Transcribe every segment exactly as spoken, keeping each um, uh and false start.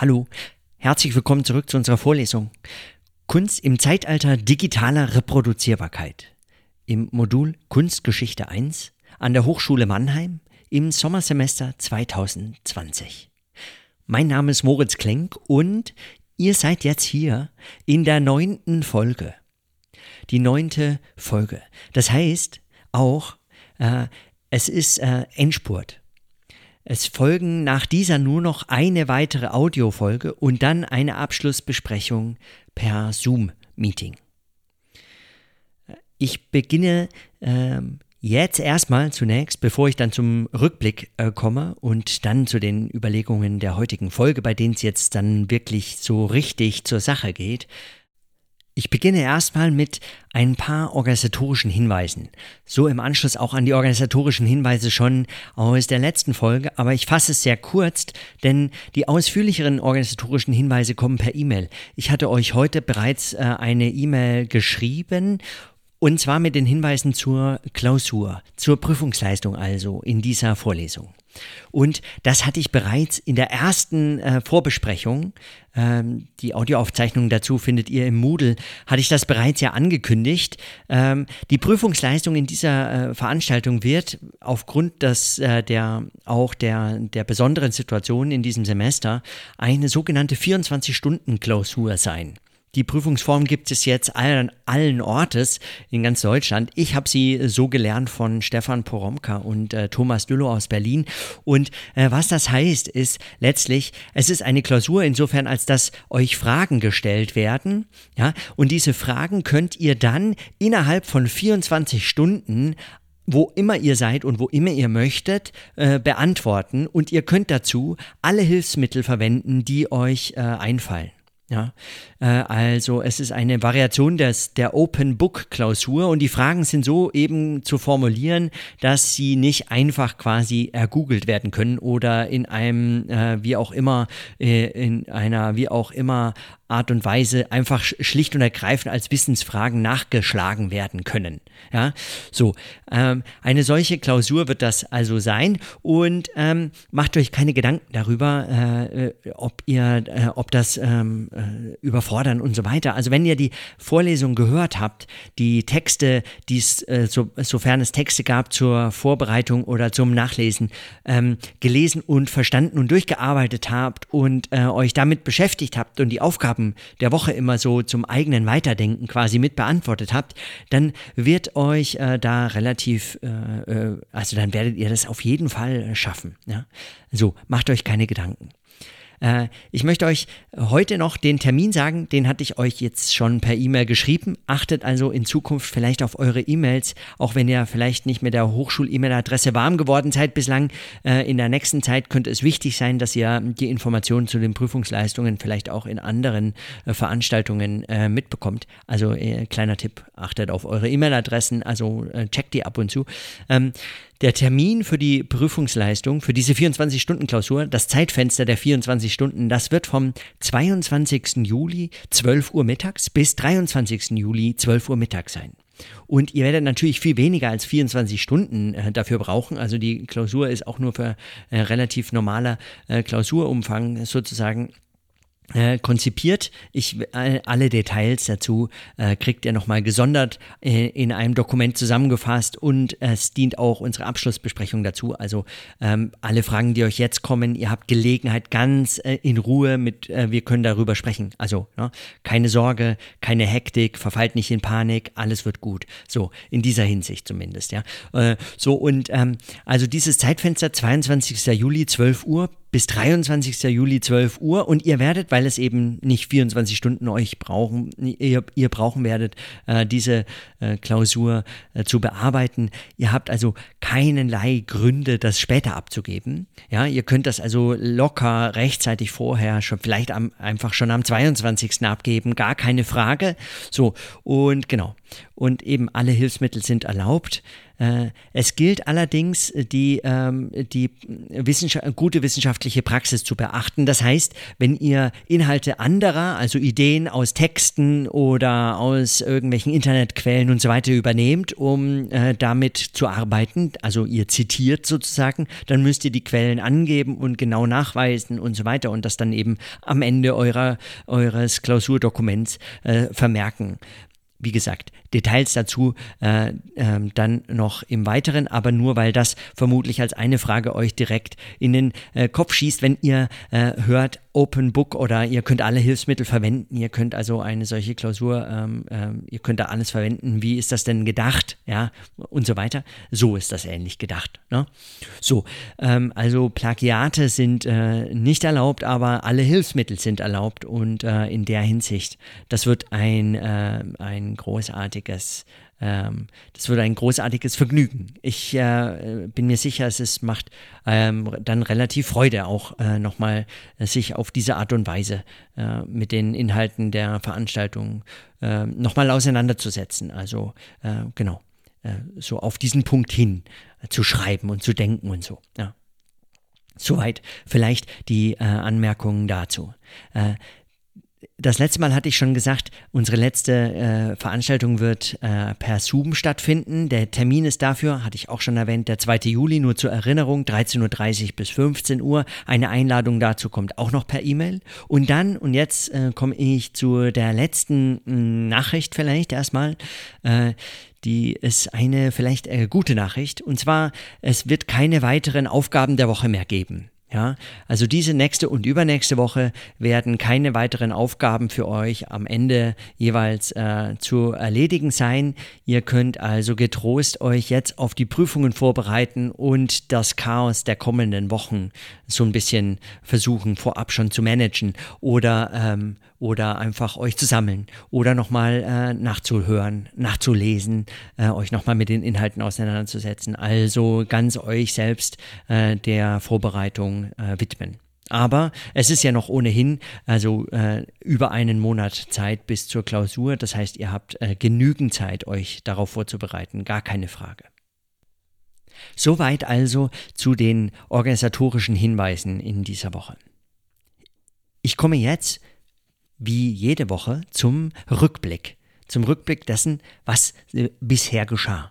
Hallo, herzlich willkommen zurück zu unserer Vorlesung. Kunst im Zeitalter digitaler Reproduzierbarkeit. Im Modul Kunstgeschichte eins an der Hochschule Mannheim im Sommersemester zwanzig zwanzig. Mein Name ist Moritz Klenk und ihr seid jetzt hier in der neunten Folge. Die neunte Folge. Das heißt auch, äh, es ist äh, Endspurt. Es folgen nach dieser nur noch eine weitere Audiofolge und dann eine Abschlussbesprechung per Zoom-Meeting. Ich beginne ähm, jetzt erstmal zunächst, bevor ich dann zum Rückblick äh, komme und dann zu den Überlegungen der heutigen Folge, bei denen es jetzt dann wirklich so richtig zur Sache geht. Ich beginne erstmal mit ein paar organisatorischen Hinweisen. So im Anschluss auch an die organisatorischen Hinweise schon aus der letzten Folge, aber ich fasse es sehr kurz, denn die ausführlicheren organisatorischen Hinweise kommen per E-Mail. Ich hatte euch heute bereits äh, eine E-Mail geschrieben, und zwar mit den Hinweisen zur Klausur, zur Prüfungsleistung also in dieser Vorlesung. Und das hatte ich bereits in der ersten äh, Vorbesprechung, ähm, die Audioaufzeichnung dazu findet ihr im Moodle, hatte ich das bereits ja angekündigt. Ähm, die Prüfungsleistung in dieser äh, Veranstaltung wird aufgrund des, äh, der, auch der, der besonderen Situation in diesem Semester eine sogenannte vierundzwanzig-Stunden-Klausur sein. Die Prüfungsform gibt es jetzt allen, allen Ortes in ganz Deutschland. Ich habe sie so gelernt von Stefan Poromka und äh, Thomas Düllow aus Berlin. Und äh, was das heißt, ist letztlich, es ist eine Klausur insofern, als dass euch Fragen gestellt werden. Ja? Und diese Fragen könnt ihr dann innerhalb von vierundzwanzig Stunden, wo immer ihr seid und wo immer ihr möchtet, äh, beantworten. Und ihr könnt dazu alle Hilfsmittel verwenden, die euch äh, einfallen. Ja, äh, also es ist eine Variation des, der Open-Book-Klausur und die Fragen sind so eben zu formulieren, dass sie nicht einfach quasi ergoogelt werden können oder in einem, äh, wie auch immer, äh, in einer, wie auch immer, Art und Weise einfach schlicht und ergreifend als Wissensfragen nachgeschlagen werden können. Ja, so, ähm, eine solche Klausur wird das also sein und ähm, macht euch keine Gedanken darüber, äh, ob ihr, äh, ob das ähm, äh, überfordern und so weiter. Also wenn ihr die Vorlesung gehört habt, die Texte, die es, äh, so, sofern es Texte gab zur Vorbereitung oder zum Nachlesen, ähm, gelesen und verstanden und durchgearbeitet habt und äh, euch damit beschäftigt habt und die Aufgaben der Woche immer so zum eigenen Weiterdenken quasi mit beantwortet habt, dann wird euch äh, da relativ, äh, also dann werdet ihr das auf jeden Fall schaffen. Ja? So, macht euch keine Gedanken. Äh, ich möchte euch heute noch den Termin sagen, den hatte ich euch jetzt schon per E-Mail geschrieben. Achtet also in Zukunft vielleicht auf eure E-Mails, auch wenn ihr vielleicht nicht mit der Hochschul-E-Mail-Adresse warm geworden seid bislang. Äh, in der nächsten Zeit könnte es wichtig sein, dass ihr die Informationen zu den Prüfungsleistungen vielleicht auch in anderen äh, Veranstaltungen äh, mitbekommt. Also äh, kleiner Tipp, achtet auf eure E-Mail-Adressen, also äh, checkt die ab und zu. Ähm, Der Termin für die Prüfungsleistung, für diese vierundzwanzig-Stunden-Klausur, das Zeitfenster der vierundzwanzig Stunden, das wird vom zweiundzwanzigsten Juli zwölf Uhr mittags bis dreiundzwanzigsten Juli zwölf Uhr mittags sein. Und ihr werdet natürlich viel weniger als vierundzwanzig Stunden äh, dafür brauchen. Also die Klausur ist auch nur für äh, relativ normaler äh, Klausurumfang sozusagen Äh, konzipiert. Ich, äh, alle Details dazu äh, kriegt ihr nochmal gesondert äh, in einem Dokument zusammengefasst und äh, es dient auch unsere Abschlussbesprechung dazu. Also ähm, alle Fragen, die euch jetzt kommen, ihr habt Gelegenheit ganz äh, in Ruhe mit, äh, wir können darüber sprechen. Also ne, keine Sorge, keine Hektik, verfallt nicht in Panik, alles wird gut. So, in dieser Hinsicht zumindest, ja. Äh, so und ähm, also dieses Zeitfenster zweiundzwanzigsten Juli zwölf Uhr bis dreiundzwanzigsten Juli zwölf Uhr und ihr werdet, weil es eben nicht vierundzwanzig Stunden euch brauchen, ihr, ihr brauchen werdet, äh, diese äh, Klausur äh, zu bearbeiten. Ihr habt also keinerlei Gründe, das später abzugeben. Ja, ihr könnt das also locker rechtzeitig vorher, schon vielleicht am, einfach schon am zweiundzwanzigsten abgeben, gar keine Frage. So, und genau. und eben alle Hilfsmittel sind erlaubt. Äh, es gilt allerdings, die, ähm, die Wissenschaft- gute wissenschaftliche Praxis zu beachten. Das heißt, wenn ihr Inhalte anderer, also Ideen aus Texten oder aus irgendwelchen Internetquellen und so weiter übernehmt, um äh, damit zu arbeiten, also ihr zitiert sozusagen, dann müsst ihr die Quellen angeben und genau nachweisen und so weiter und das dann eben am Ende eurer, eures Klausurdokuments äh, vermerken. Wie gesagt, Details dazu äh, äh, dann noch im Weiteren, aber nur, weil das vermutlich als eine Frage euch direkt in den äh, Kopf schießt, wenn ihr äh, hört Open Book oder ihr könnt alle Hilfsmittel verwenden, ihr könnt also eine solche Klausur, ähm, äh, ihr könnt da alles verwenden, wie ist das denn gedacht, ja, und so weiter. So ist das ähnlich gedacht, ne? So, ähm, also Plagiate sind äh, nicht erlaubt, aber alle Hilfsmittel sind erlaubt und äh, in der Hinsicht, das wird ein, äh, ein großartiges Ähm, das wird ein großartiges Vergnügen. Ich äh, bin mir sicher, es ist, macht ähm, dann relativ Freude, auch äh, nochmal äh, sich auf diese Art und Weise äh, mit den Inhalten der Veranstaltung äh, nochmal auseinanderzusetzen. Also äh, genau, äh, so auf diesen Punkt hin äh, zu schreiben und zu denken und so. Ja. Soweit vielleicht die äh, Anmerkungen dazu. Äh, Das letzte Mal hatte ich schon gesagt, unsere letzte äh, Veranstaltung wird äh, per Zoom stattfinden. Der Termin ist dafür, hatte ich auch schon erwähnt, der zweite Juli, nur zur Erinnerung, dreizehn Uhr dreißig bis fünfzehn Uhr. Eine Einladung dazu kommt auch noch per E-Mail. Und dann, und jetzt äh, komme ich zu der letzten mh, Nachricht vielleicht erstmal, äh, die ist eine vielleicht äh, gute Nachricht. Und zwar, es wird keine weiteren Aufgaben der Woche mehr geben. Ja, also diese nächste und übernächste Woche werden keine weiteren Aufgaben für euch am Ende jeweils äh, zu erledigen sein. Ihr könnt also getrost euch jetzt auf die Prüfungen vorbereiten und das Chaos der kommenden Wochen so ein bisschen versuchen, vorab schon zu managen oder, ähm, oder einfach euch zu sammeln oder nochmal äh, nachzuhören, nachzulesen, äh, euch nochmal mit den Inhalten auseinanderzusetzen. Also ganz euch selbst äh, der Vorbereitung Äh, widmen. Aber es ist ja noch ohnehin, also äh, über einen Monat Zeit bis zur Klausur. Das heißt, ihr habt äh, genügend Zeit, euch darauf vorzubereiten. Gar keine Frage. Soweit also zu den organisatorischen Hinweisen in dieser Woche. Ich komme jetzt, wie jede Woche, zum Rückblick. Zum Rückblick dessen, was äh, bisher geschah.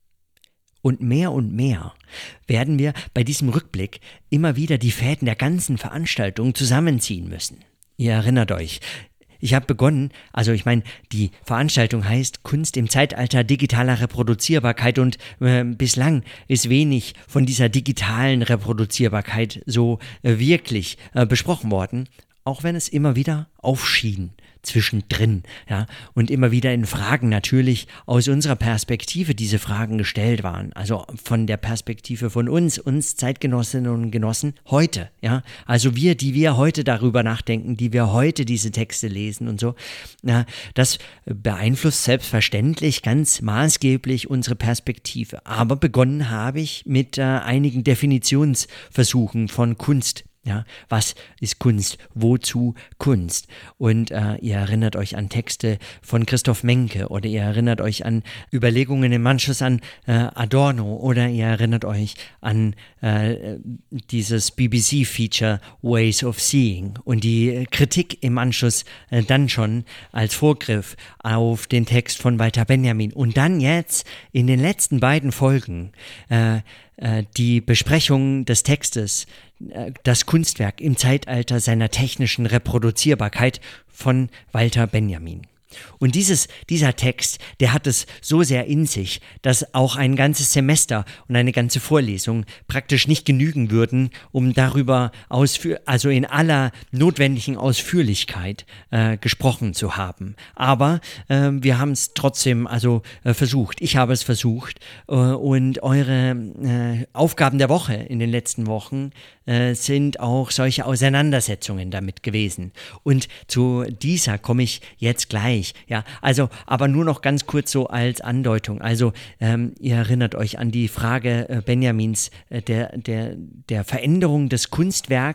Und mehr und mehr werden wir bei diesem Rückblick immer wieder die Fäden der ganzen Veranstaltung zusammenziehen müssen. Ihr erinnert euch, ich habe begonnen, also ich meine, die Veranstaltung heißt Kunst im Zeitalter digitaler Reproduzierbarkeit und äh, bislang ist wenig von dieser digitalen Reproduzierbarkeit so äh, wirklich äh, besprochen worden, auch wenn es immer wieder aufschien. Zwischendrin, ja, und immer wieder in Fragen natürlich aus unserer Perspektive diese Fragen gestellt waren, also von der Perspektive von uns, uns Zeitgenossinnen und Genossen heute, ja, also wir, die wir heute darüber nachdenken, die wir heute diese Texte lesen und so, ja, das beeinflusst selbstverständlich ganz maßgeblich unsere Perspektive, aber begonnen habe ich mit äh, einigen Definitionsversuchen von Kunst. Ja, was ist Kunst? Wozu Kunst? Und äh, ihr erinnert euch an Texte von Christoph Menke oder ihr erinnert euch an Überlegungen im Anschluss an äh, Adorno oder ihr erinnert euch an äh, dieses B B C-Feature Ways of Seeing und die Kritik im Anschluss äh, dann schon als Vorgriff auf den Text von Walter Benjamin. Und dann jetzt in den letzten beiden Folgen äh, äh, die Besprechung des Textes, das Kunstwerk im Zeitalter seiner technischen Reproduzierbarkeit von Walter Benjamin. Und dieses, dieser Text, der hat es so sehr in sich, dass auch ein ganzes Semester und eine ganze Vorlesung praktisch nicht genügen würden, um darüber ausführ- also in aller notwendigen Ausführlichkeit äh, gesprochen zu haben. Aber äh, wir haben es trotzdem also äh, versucht. Ich habe es versucht äh, und eure äh, Aufgaben der Woche in den letzten Wochen äh, sind auch solche Auseinandersetzungen damit gewesen. Und zu dieser komme ich jetzt gleich. Ja, also, aber nur noch ganz kurz so als Andeutung. Also, ähm, ihr erinnert euch an die Frage äh, Benjamins äh, der, der, der Veränderung des Kunstwerks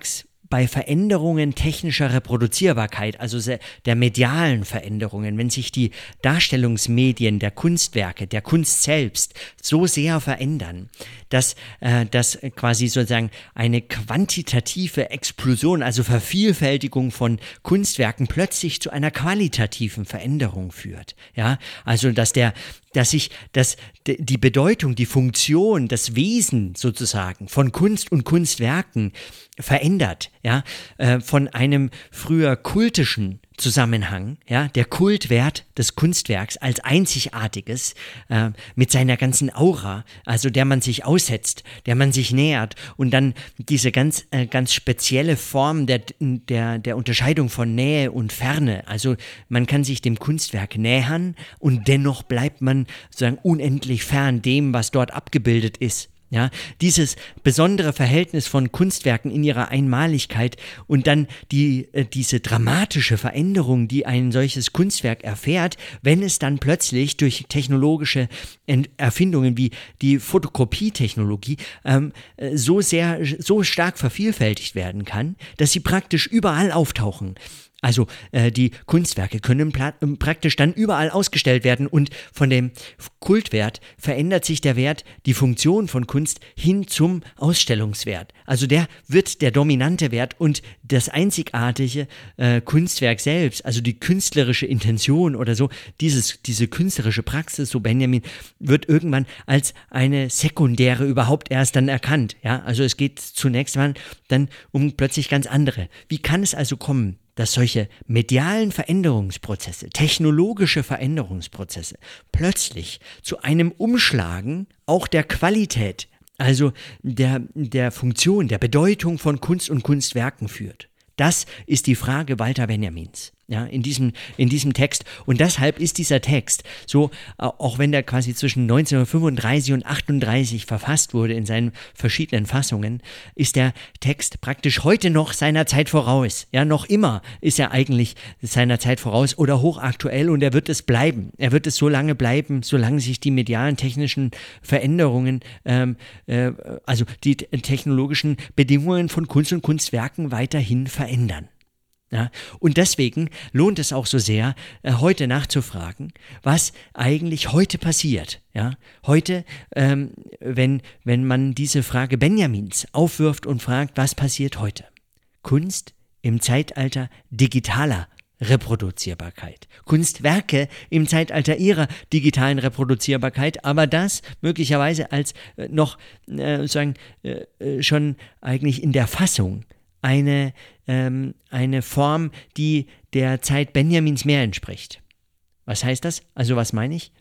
bei Veränderungen technischer Reproduzierbarkeit, also der medialen Veränderungen, wenn sich die Darstellungsmedien der Kunstwerke, der Kunst selbst so sehr verändern, dass, äh, dass quasi sozusagen eine quantitative Explosion, also Vervielfältigung von Kunstwerken plötzlich zu einer qualitativen Veränderung führt. Ja, also dass der dass sich dass die Bedeutung, die Funktion, das Wesen sozusagen von Kunst und Kunstwerken verändert, ja, äh, von einem früher kultischen Zusammenhang, ja, der Kultwert des Kunstwerks als einzigartiges, äh, mit seiner ganzen Aura, also der man sich aussetzt, der man sich nähert und dann diese ganz, äh, ganz spezielle Form der, der, der Unterscheidung von Nähe und Ferne, also man kann sich dem Kunstwerk nähern und dennoch bleibt man sozusagen unendlich fern dem, was dort abgebildet ist. Ja, dieses besondere Verhältnis von Kunstwerken in ihrer Einmaligkeit und dann die, äh, diese dramatische Veränderung, die ein solches Kunstwerk erfährt, wenn es dann plötzlich durch technologische Ent- Erfindungen wie die Fotokopietechnologie ähm, äh, so sehr, so stark vervielfältigt werden kann, dass sie praktisch überall auftauchen. Also äh, die Kunstwerke können pla- praktisch dann überall ausgestellt werden und von dem Kultwert verändert sich der Wert, die Funktion von Kunst hin zum Ausstellungswert. Also der wird der dominante Wert und das einzigartige äh, Kunstwerk selbst, also die künstlerische Intention oder so, dieses, diese künstlerische Praxis, so Benjamin, wird irgendwann als eine sekundäre überhaupt erst dann erkannt. Ja? Also es geht zunächst mal dann um plötzlich ganz andere. Wie kann es also kommen, dass solche medialen Veränderungsprozesse, technologische Veränderungsprozesse plötzlich zu einem Umschlagen auch der Qualität, also der, der Funktion, der Bedeutung von Kunst und Kunstwerken führt? Das ist die Frage Walter Benjamins. Ja, in diesem, in diesem Text. Und deshalb ist dieser Text so, auch wenn der quasi zwischen neunzehnhundertfünfunddreißig und achtunddreißig verfasst wurde in seinen verschiedenen Fassungen, ist der Text praktisch heute noch seiner Zeit voraus. Ja, noch immer ist er eigentlich seiner Zeit voraus oder hochaktuell und er wird es bleiben. Er wird es so lange bleiben, solange sich die medialen technischen Veränderungen, ähm, äh, also die technologischen Bedingungen von Kunst und Kunstwerken weiterhin verändern. Ja, und deswegen lohnt es auch so sehr, äh, heute nachzufragen, was eigentlich heute passiert. Ja, heute, ähm, wenn, wenn man diese Frage Benjamins aufwirft und fragt, was passiert heute? Kunst im Zeitalter digitaler Reproduzierbarkeit. Kunstwerke im Zeitalter ihrer digitalen Reproduzierbarkeit, aber das möglicherweise als äh, noch äh, sagen, äh, schon eigentlich in der Fassung eine, ähm, eine Form, die der Zeit Benjamins mehr entspricht. Was heißt das? Also was meine ich?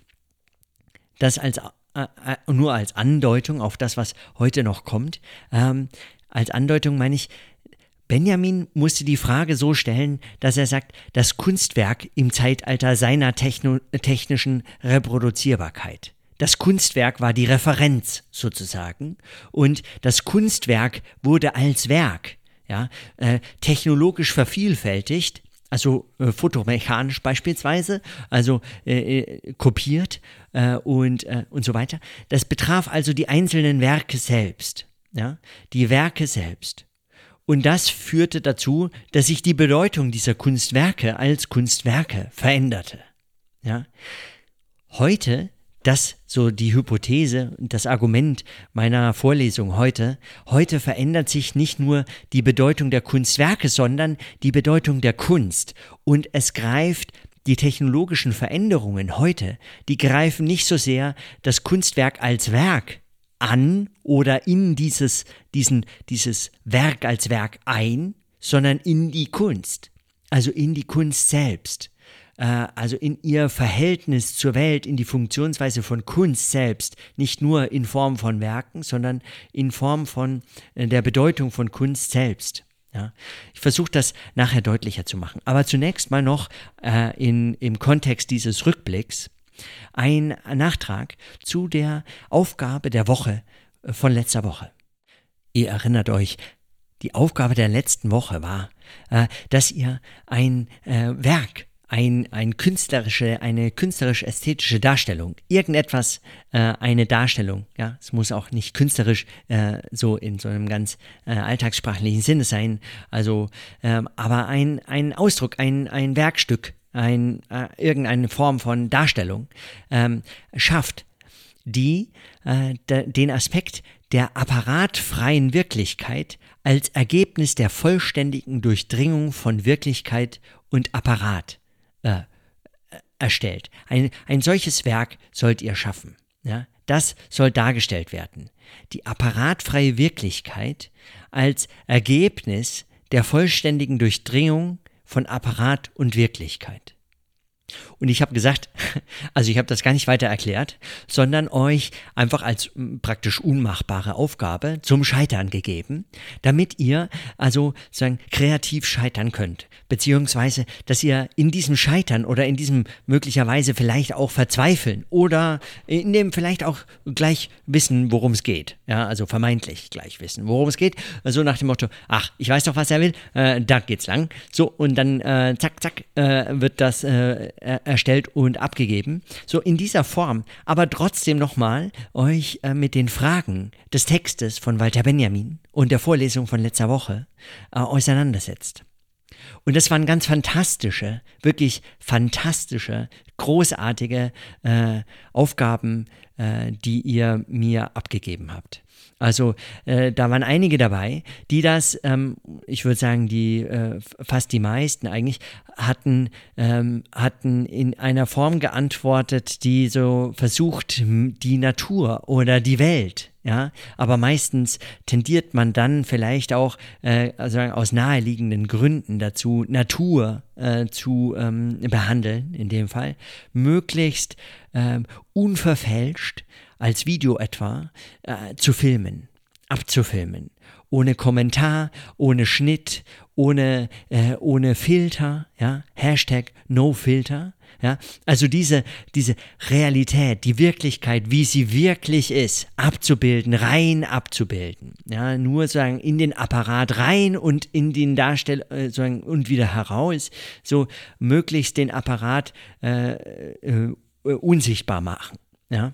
Das als, äh, äh, nur als Andeutung auf das, was heute noch kommt. Ähm, als Andeutung meine ich, Benjamin musste die Frage so stellen, dass er sagt, das Kunstwerk im Zeitalter seiner techno- technischen Reproduzierbarkeit. Das Kunstwerk war die Referenz sozusagen und das Kunstwerk wurde als Werk Ja, äh, technologisch vervielfältigt, also äh, fotomechanisch beispielsweise, also äh, äh, kopiert äh, und, äh, und so weiter. Das betraf also die einzelnen Werke selbst, ja, die Werke selbst. Und das führte dazu, dass sich die Bedeutung dieser Kunstwerke als Kunstwerke veränderte. Ja. Heute, das so die Hypothese und das Argument meiner Vorlesung heute, heute verändert sich nicht nur die Bedeutung der Kunstwerke, sondern die Bedeutung der Kunst. Und es greift die technologischen Veränderungen heute, die greifen nicht so sehr das Kunstwerk als Werk an oder in dieses, diesen, dieses Werk als Werk ein, sondern in die Kunst, also in die Kunst selbst. Also in ihr Verhältnis zur Welt, in die Funktionsweise von Kunst selbst, nicht nur in Form von Werken, sondern in Form von der Bedeutung von Kunst selbst. Ja, ich versuche das nachher deutlicher zu machen. Aber zunächst mal noch äh, in, im Kontext dieses Rückblicks ein Nachtrag zu der Aufgabe der Woche von letzter Woche. Ihr erinnert euch, die Aufgabe der letzten Woche war, äh, dass ihr ein äh, Werk ein, ein künstlerische, eine künstlerisch-ästhetische Darstellung, irgendetwas, äh, eine Darstellung, ja, es muss auch nicht künstlerisch äh, so in so einem ganz äh, alltagssprachlichen Sinne sein, also, ähm, aber ein, ein Ausdruck, ein, ein Werkstück, ein, äh, irgendeine Form von Darstellung ähm, schafft, die äh, de, den Aspekt der apparatfreien Wirklichkeit als Ergebnis der vollständigen Durchdringung von Wirklichkeit und Apparat äh, erstellt. Ein, ein solches Werk sollt ihr schaffen. Ja? Das soll dargestellt werden. Die apparatfreie Wirklichkeit als Ergebnis der vollständigen Durchdringung von Apparat und Wirklichkeit. Und ich habe gesagt, also ich habe das gar nicht weiter erklärt, sondern euch einfach als praktisch unmachbare Aufgabe zum Scheitern gegeben, damit ihr also sozusagen kreativ scheitern könnt, beziehungsweise, dass ihr in diesem Scheitern oder in diesem möglicherweise vielleicht auch verzweifeln oder in dem vielleicht auch gleich wissen, worum es geht, ja, also vermeintlich gleich wissen, worum es geht, so nach dem Motto, ach, ich weiß doch, was er will, äh, da geht's lang, so und dann äh, zack, zack, äh, wird das äh, erstellt und abgegeben. So in dieser Form, aber trotzdem nochmal euch äh, mit den Fragen des Textes von Walter Benjamin und der Vorlesung von letzter Woche äh, auseinandersetzt. Und das waren ganz fantastische, wirklich fantastische, großartige äh, Aufgaben, äh, die ihr mir abgegeben habt. Also äh, da waren einige dabei, die das, ähm, ich würde sagen, die äh, fast die meisten eigentlich, hatten, ähm, hatten in einer Form geantwortet, die so versucht, die Natur oder die Welt, ja, aber meistens tendiert man dann vielleicht auch äh, also aus naheliegenden Gründen dazu, Natur äh, zu ähm, behandeln, in dem Fall, möglichst äh, unverfälscht, als Video etwa, äh, zu filmen, abzufilmen. Ohne Kommentar, ohne Schnitt, ohne, äh, ohne Filter, ja, Hashtag NoFilter, ja, also diese, diese Realität, die Wirklichkeit, wie sie wirklich ist, abzubilden, rein abzubilden, ja, nur sagen, in den Apparat rein und in den Darstell, äh, sagen, und wieder heraus, so möglichst den Apparat äh, äh, unsichtbar machen, ja.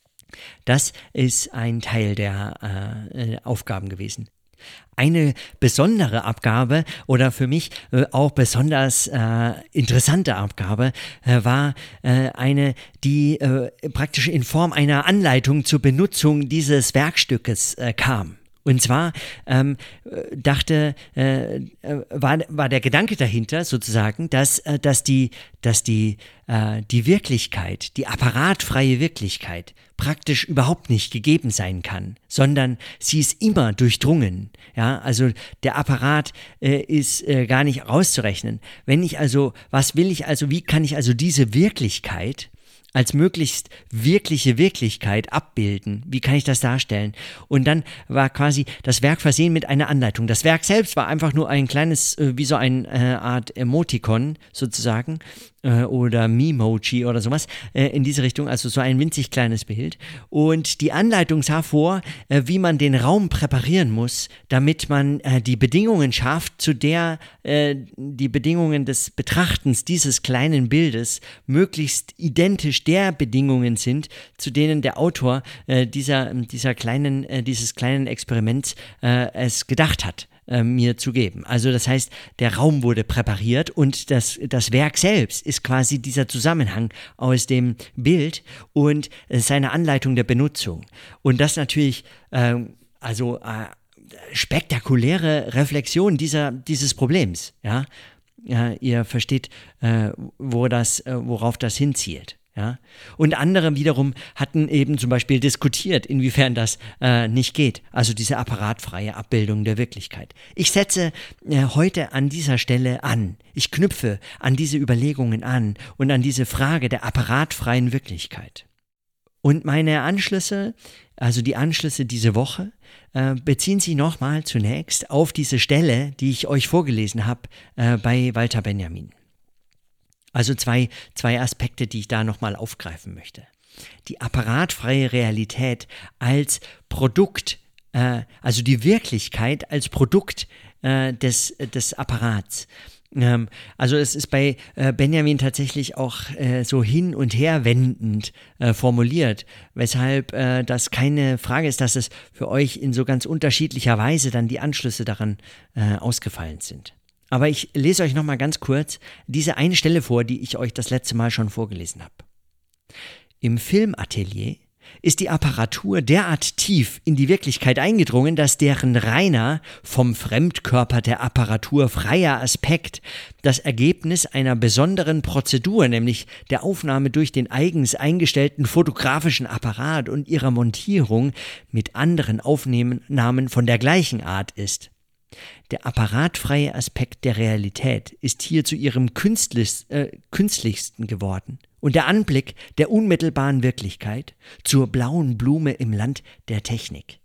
Das ist ein Teil der äh, Aufgaben gewesen. Eine besondere Abgabe oder für mich äh, auch besonders äh, interessante Abgabe äh, war äh, eine, die äh, praktisch in Form einer Anleitung zur Benutzung dieses Werkstückes äh, kam. Und zwar ähm, dachte, äh, war, war der Gedanke dahinter sozusagen, dass, äh, dass, die, dass die, äh, die Wirklichkeit, die apparatfreie Wirklichkeit praktisch überhaupt nicht gegeben sein kann, sondern sie ist immer durchdrungen. Ja, also der Apparat äh, ist äh, gar nicht rauszurechnen. Wenn ich also, was will ich also, wie kann ich also diese Wirklichkeit als möglichst wirkliche Wirklichkeit abbilden. Wie kann ich das darstellen? Und dann war quasi das Werk versehen mit einer Anleitung. Das Werk selbst war einfach nur ein kleines, wie so eine äh, Art Emoticon sozusagen äh, oder Memoji oder sowas äh, in diese Richtung, also so ein winzig kleines Bild. Und die Anleitung sah vor, äh, wie man den Raum präparieren muss, damit man äh, die Bedingungen schafft, zu der äh, die Bedingungen des Betrachtens dieses kleinen Bildes möglichst identisch der Bedingungen sind, zu denen der Autor äh, dieser, dieser kleinen, äh, dieses kleinen Experiments äh, es gedacht hat, äh, mir zu geben. Also das heißt, der Raum wurde präpariert und das, das Werk selbst ist quasi dieser Zusammenhang aus dem Bild und äh, seiner Anleitung der Benutzung. Und das natürlich, äh, also äh, spektakuläre Reflexion dieser, dieses Problems, ja. Ja, ihr versteht, äh, wo das, äh, worauf das hinzielt. Ja? Und andere wiederum hatten eben zum Beispiel diskutiert, inwiefern das äh, nicht geht. Also diese apparatfreie Abbildung der Wirklichkeit. Ich setze äh, heute an dieser Stelle an. Ich knüpfe an diese Überlegungen an und an diese Frage der apparatfreien Wirklichkeit. Und meine Anschlüsse, also die Anschlüsse diese Woche, äh, beziehen sich nochmal zunächst auf diese Stelle, die ich euch vorgelesen habe äh, bei Walter Benjamin. Also zwei, zwei Aspekte, die ich da nochmal aufgreifen möchte. Die apparatfreie Realität als Produkt, äh, also die Wirklichkeit als Produkt äh, des, des Apparats. Ähm, also es ist bei äh, Benjamin tatsächlich auch äh, so hin und her wendend äh, formuliert, weshalb äh, das keine Frage ist, dass es für euch in so ganz unterschiedlicher Weise dann die Anschlüsse daran äh, ausgefallen sind. Aber ich lese euch nochmal ganz kurz diese eine Stelle vor, die ich euch das letzte Mal schon vorgelesen habe. Im Filmatelier ist die Apparatur derart tief in die Wirklichkeit eingedrungen, dass deren reiner, vom Fremdkörper der Apparatur freier Aspekt das Ergebnis einer besonderen Prozedur, nämlich der Aufnahme durch den eigens eingestellten fotografischen Apparat und ihrer Montierung mit anderen Aufnahmen von der gleichen Art ist. Der apparatfreie Aspekt der Realität ist hier zu ihrem künstlichst, äh, künstlichsten geworden und der Anblick der unmittelbaren Wirklichkeit zur blauen Blume im Land der Technik.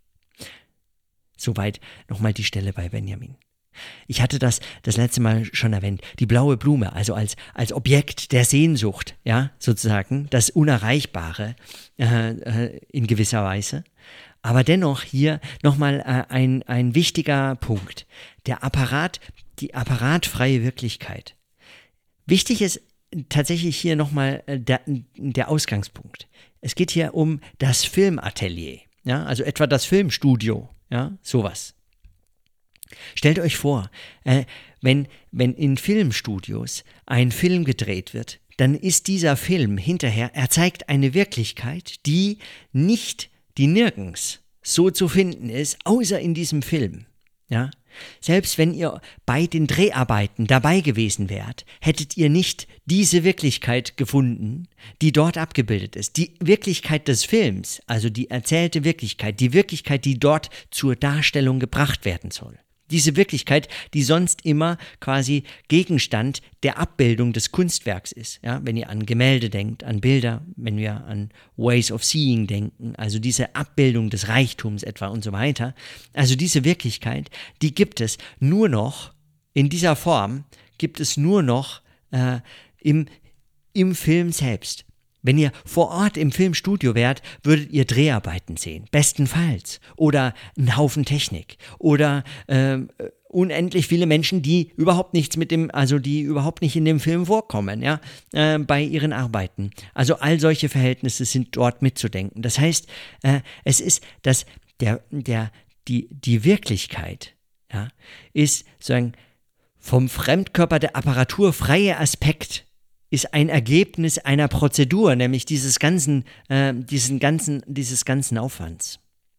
Soweit nochmal die Stelle bei Benjamin. Ich hatte das das letzte Mal schon erwähnt, die blaue Blume, also als, als Objekt der Sehnsucht, ja, sozusagen, das Unerreichbare äh, äh, in gewisser Weise. Aber dennoch hier nochmal äh, ein, ein wichtiger Punkt. Der Apparat, die apparatfreie Wirklichkeit. Wichtig ist tatsächlich hier nochmal äh, der, der Ausgangspunkt. Es geht hier um das Filmatelier, ja, also etwa das Filmstudio, ja, sowas. Stellt euch vor, äh, wenn, wenn in Filmstudios ein Film gedreht wird, dann ist dieser Film hinterher, er zeigt eine Wirklichkeit, die nicht die nirgends so zu finden ist, außer in diesem Film. Ja? Selbst wenn ihr bei den Dreharbeiten dabei gewesen wärt, hättet ihr nicht diese Wirklichkeit gefunden, die dort abgebildet ist. Die Wirklichkeit des Films, also die erzählte Wirklichkeit, die Wirklichkeit, die dort zur Darstellung gebracht werden soll. Diese Wirklichkeit, die sonst immer quasi Gegenstand der Abbildung des Kunstwerks ist. Ja, wenn ihr an Gemälde denkt, an Bilder, wenn wir an Ways of Seeing denken, also diese Abbildung des Reichtums etwa und so weiter. Also diese Wirklichkeit, die gibt es nur noch, in dieser Form, gibt es nur noch äh, im, im Film selbst. Wenn ihr vor Ort im Filmstudio wärt, würdet ihr Dreharbeiten sehen, bestenfalls. Oder einen Haufen Technik. Oder äh, unendlich viele Menschen, die überhaupt nichts mit dem, also die überhaupt nicht in dem Film vorkommen, ja, äh, bei ihren Arbeiten. Also all solche Verhältnisse sind dort mitzudenken. Das heißt, äh, es ist, dass der, der, die, die Wirklichkeit, ja, ist sozusagen vom Fremdkörper der Apparatur freie Aspekt, ist ein Ergebnis einer Prozedur, nämlich dieses ganzen, äh, diesen ganzen, dieses ganzen Aufwands.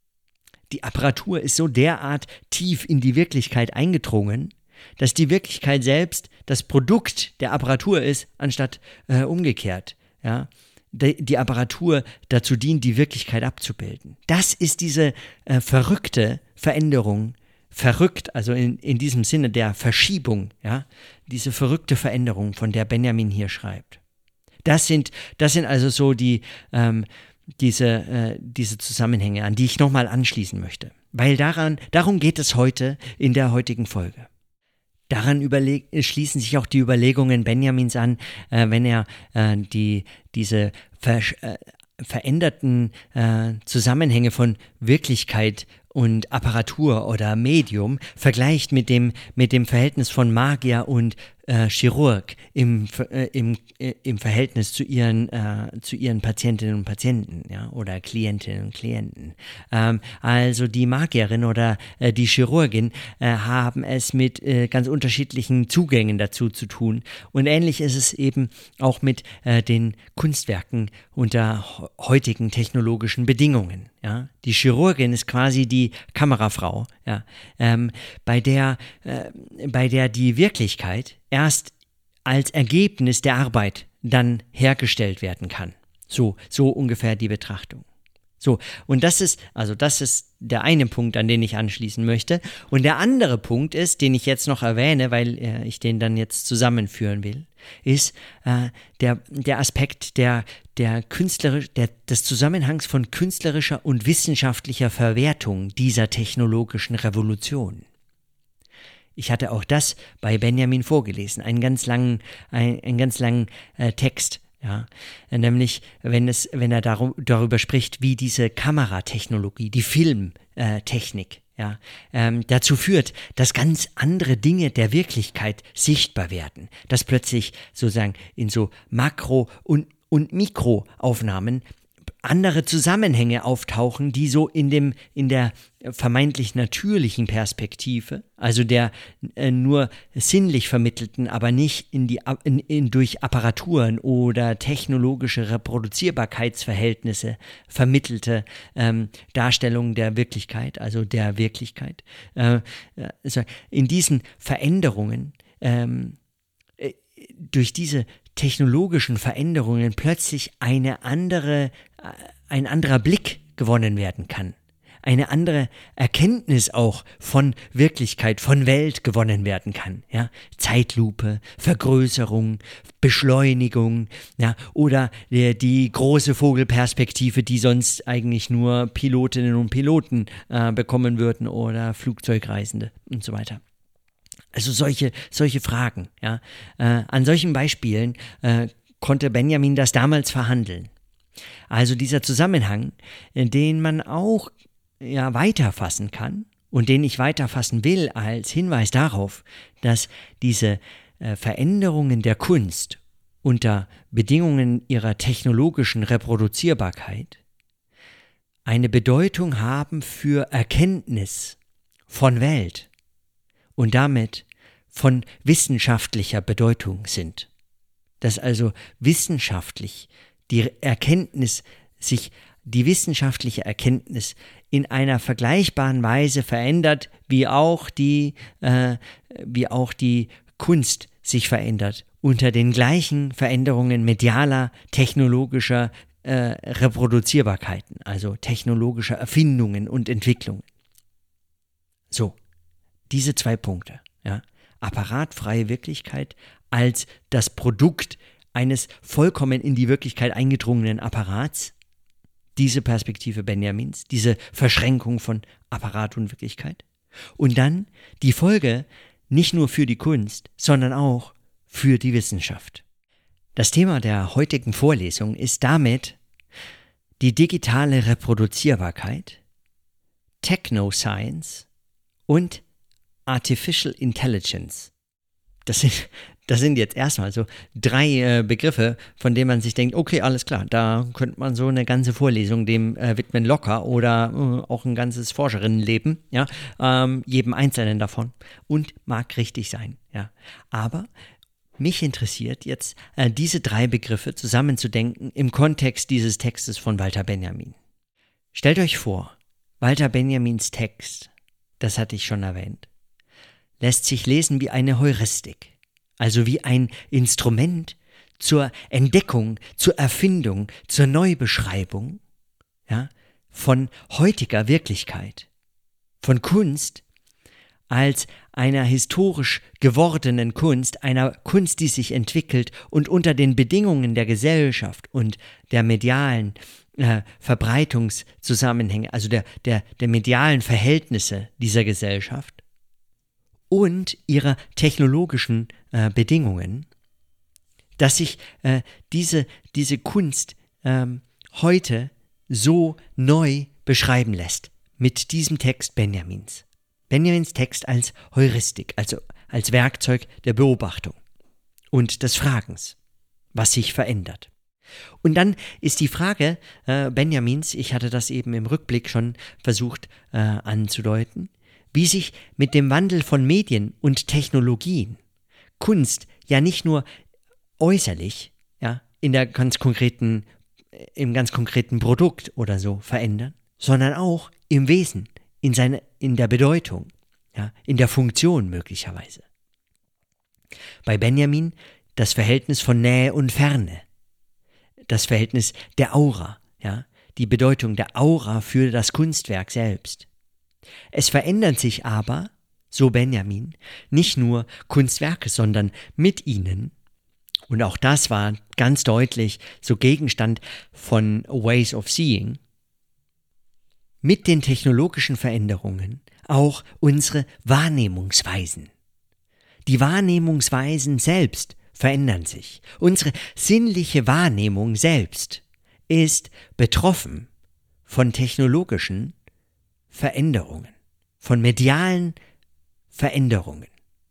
Die Apparatur ist so derart tief in die Wirklichkeit eingedrungen, dass die Wirklichkeit selbst das Produkt der Apparatur ist, anstatt äh, umgekehrt. Ja? Die, die Apparatur dazu dient, die Wirklichkeit abzubilden. Das ist diese äh, verrückte Veränderung, verrückt, also in, in diesem Sinne der Verschiebung, ja, diese verrückte Veränderung, von der Benjamin hier schreibt. Das sind, das sind also so die, ähm, diese, äh, diese Zusammenhänge, an die ich nochmal anschließen möchte. Weil daran, darum geht es heute in der heutigen Folge. Daran überleg- schließen sich auch die Überlegungen Benjamins an, äh, wenn er äh, die, diese ver- äh, veränderten äh, Zusammenhänge von Wirklichkeit und Apparatur oder Medium vergleicht mit dem, mit dem Verhältnis von Magier und äh, Chirurg im, äh, im, äh, im Verhältnis zu ihren, äh, zu ihren Patientinnen und Patienten, ja, oder Klientinnen und Klienten. Ähm, also die Magierin oder äh, die Chirurgin äh, haben es mit äh, ganz unterschiedlichen Zugängen dazu zu tun. Und ähnlich ist es eben auch mit äh, den Kunstwerken unter heutigen technologischen Bedingungen. Ja. Die Chirurgin ist quasi die Kamerafrau, ja, ähm, bei der, äh, bei der die Wirklichkeit erst als Ergebnis der Arbeit dann hergestellt werden kann. So, so ungefähr die Betrachtung. So, und das ist, also das ist der eine Punkt, an den ich anschließen möchte. Und der andere Punkt ist, den ich jetzt noch erwähne, weil äh, ich den dann jetzt zusammenführen will, ist äh, der, der Aspekt der, der künstlerisch, der, des Zusammenhangs von künstlerischer und wissenschaftlicher Verwertung dieser technologischen Revolution. Ich hatte auch das bei Benjamin vorgelesen, einen ganz langen, einen, einen ganz langen äh, Text. Ja, nämlich wenn es, wenn er darum, darüber spricht, wie diese Kameratechnologie, die Filmtechnik, ja, ähm, dazu führt, dass ganz andere Dinge der Wirklichkeit sichtbar werden, dass plötzlich sozusagen in so Makro- und, und Mikroaufnahmen andere Zusammenhänge auftauchen, die so in dem in der vermeintlich natürlichen Perspektive, also der äh, nur sinnlich vermittelten, aber nicht in die in, in durch Apparaturen oder technologische Reproduzierbarkeitsverhältnisse vermittelte ähm, Darstellung der Wirklichkeit, also der Wirklichkeit. Äh, also in diesen Veränderungen ähm, äh, durch diese technologischen Veränderungen plötzlich eine andere, ein anderer Blick gewonnen werden kann. Eine andere Erkenntnis auch von Wirklichkeit, von Welt gewonnen werden kann. Ja? Zeitlupe, Vergrößerung, Beschleunigung, ja? Oder die, die große Vogelperspektive, die sonst eigentlich nur Pilotinnen und Piloten äh, bekommen würden oder Flugzeugreisende und so weiter. Also solche, solche Fragen. Ja. Äh, an solchen Beispielen äh, konnte Benjamin das damals verhandeln. Also dieser Zusammenhang, den man auch ja, weiterfassen kann und den ich weiterfassen will als Hinweis darauf, dass diese äh, Veränderungen der Kunst unter Bedingungen ihrer technologischen Reproduzierbarkeit eine Bedeutung haben für Erkenntnis von Welt und damit von wissenschaftlicher Bedeutung sind. Dass also wissenschaftlich die Erkenntnis sich, die wissenschaftliche Erkenntnis in einer vergleichbaren Weise verändert, wie auch die, äh, wie auch die Kunst sich verändert, unter den gleichen Veränderungen medialer, technologischer äh, Reproduzierbarkeiten, also technologischer Erfindungen und Entwicklungen. So. Diese zwei Punkte, ja, apparatfreie Wirklichkeit als das Produkt eines vollkommen in die Wirklichkeit eingedrungenen Apparats, diese Perspektive Benjamins, diese Verschränkung von Apparat und Wirklichkeit. Und dann die Folge nicht nur für die Kunst, sondern auch für die Wissenschaft. Das Thema der heutigen Vorlesung ist damit die digitale Reproduzierbarkeit, Technoscience und Artificial Intelligence. Das sind, das sind jetzt erstmal so drei äh, Begriffe, von denen man sich denkt, okay, alles klar, da könnte man so eine ganze Vorlesung dem äh, widmen locker oder äh, auch ein ganzes Forscherinnenleben, ja, ähm, jedem Einzelnen davon und mag richtig sein, ja. Aber mich interessiert jetzt, äh, diese drei Begriffe zusammenzudenken im Kontext dieses Textes von Walter Benjamin. Stellt euch vor, Walter Benjamins Text, das hatte ich schon erwähnt, lässt sich lesen wie eine Heuristik, also wie ein Instrument zur Entdeckung, zur Erfindung, zur Neubeschreibung, ja, von heutiger Wirklichkeit, von Kunst als einer historisch gewordenen Kunst, einer Kunst, die sich entwickelt und unter den Bedingungen der Gesellschaft und der medialen äh, Verbreitungszusammenhänge, also der, der, der medialen Verhältnisse dieser Gesellschaft und ihrer technologischen äh, Bedingungen, dass sich äh, diese, diese Kunst ähm, heute so neu beschreiben lässt mit diesem Text Benjamins. Benjamins Text als Heuristik, also als Werkzeug der Beobachtung und des Fragens, was sich verändert. Und dann ist die Frage äh, Benjamins, ich hatte das eben im Rückblick schon versucht äh, anzudeuten, wie sich mit dem Wandel von Medien und Technologien Kunst ja nicht nur äußerlich, ja, in der ganz konkreten, im ganz konkreten Produkt oder so verändern, sondern auch im Wesen, in seine, in der Bedeutung, ja, in der Funktion möglicherweise. Bei Benjamin das Verhältnis von Nähe und Ferne, das Verhältnis der Aura, ja, die Bedeutung der Aura für das Kunstwerk selbst. Es verändern sich aber, so Benjamin, nicht nur Kunstwerke, sondern mit ihnen, und auch das war ganz deutlich so Gegenstand von Ways of Seeing, mit den technologischen Veränderungen auch unsere Wahrnehmungsweisen. Die Wahrnehmungsweisen selbst verändern sich. Unsere sinnliche Wahrnehmung selbst ist betroffen von technologischen Veränderungen, von medialen Veränderungen,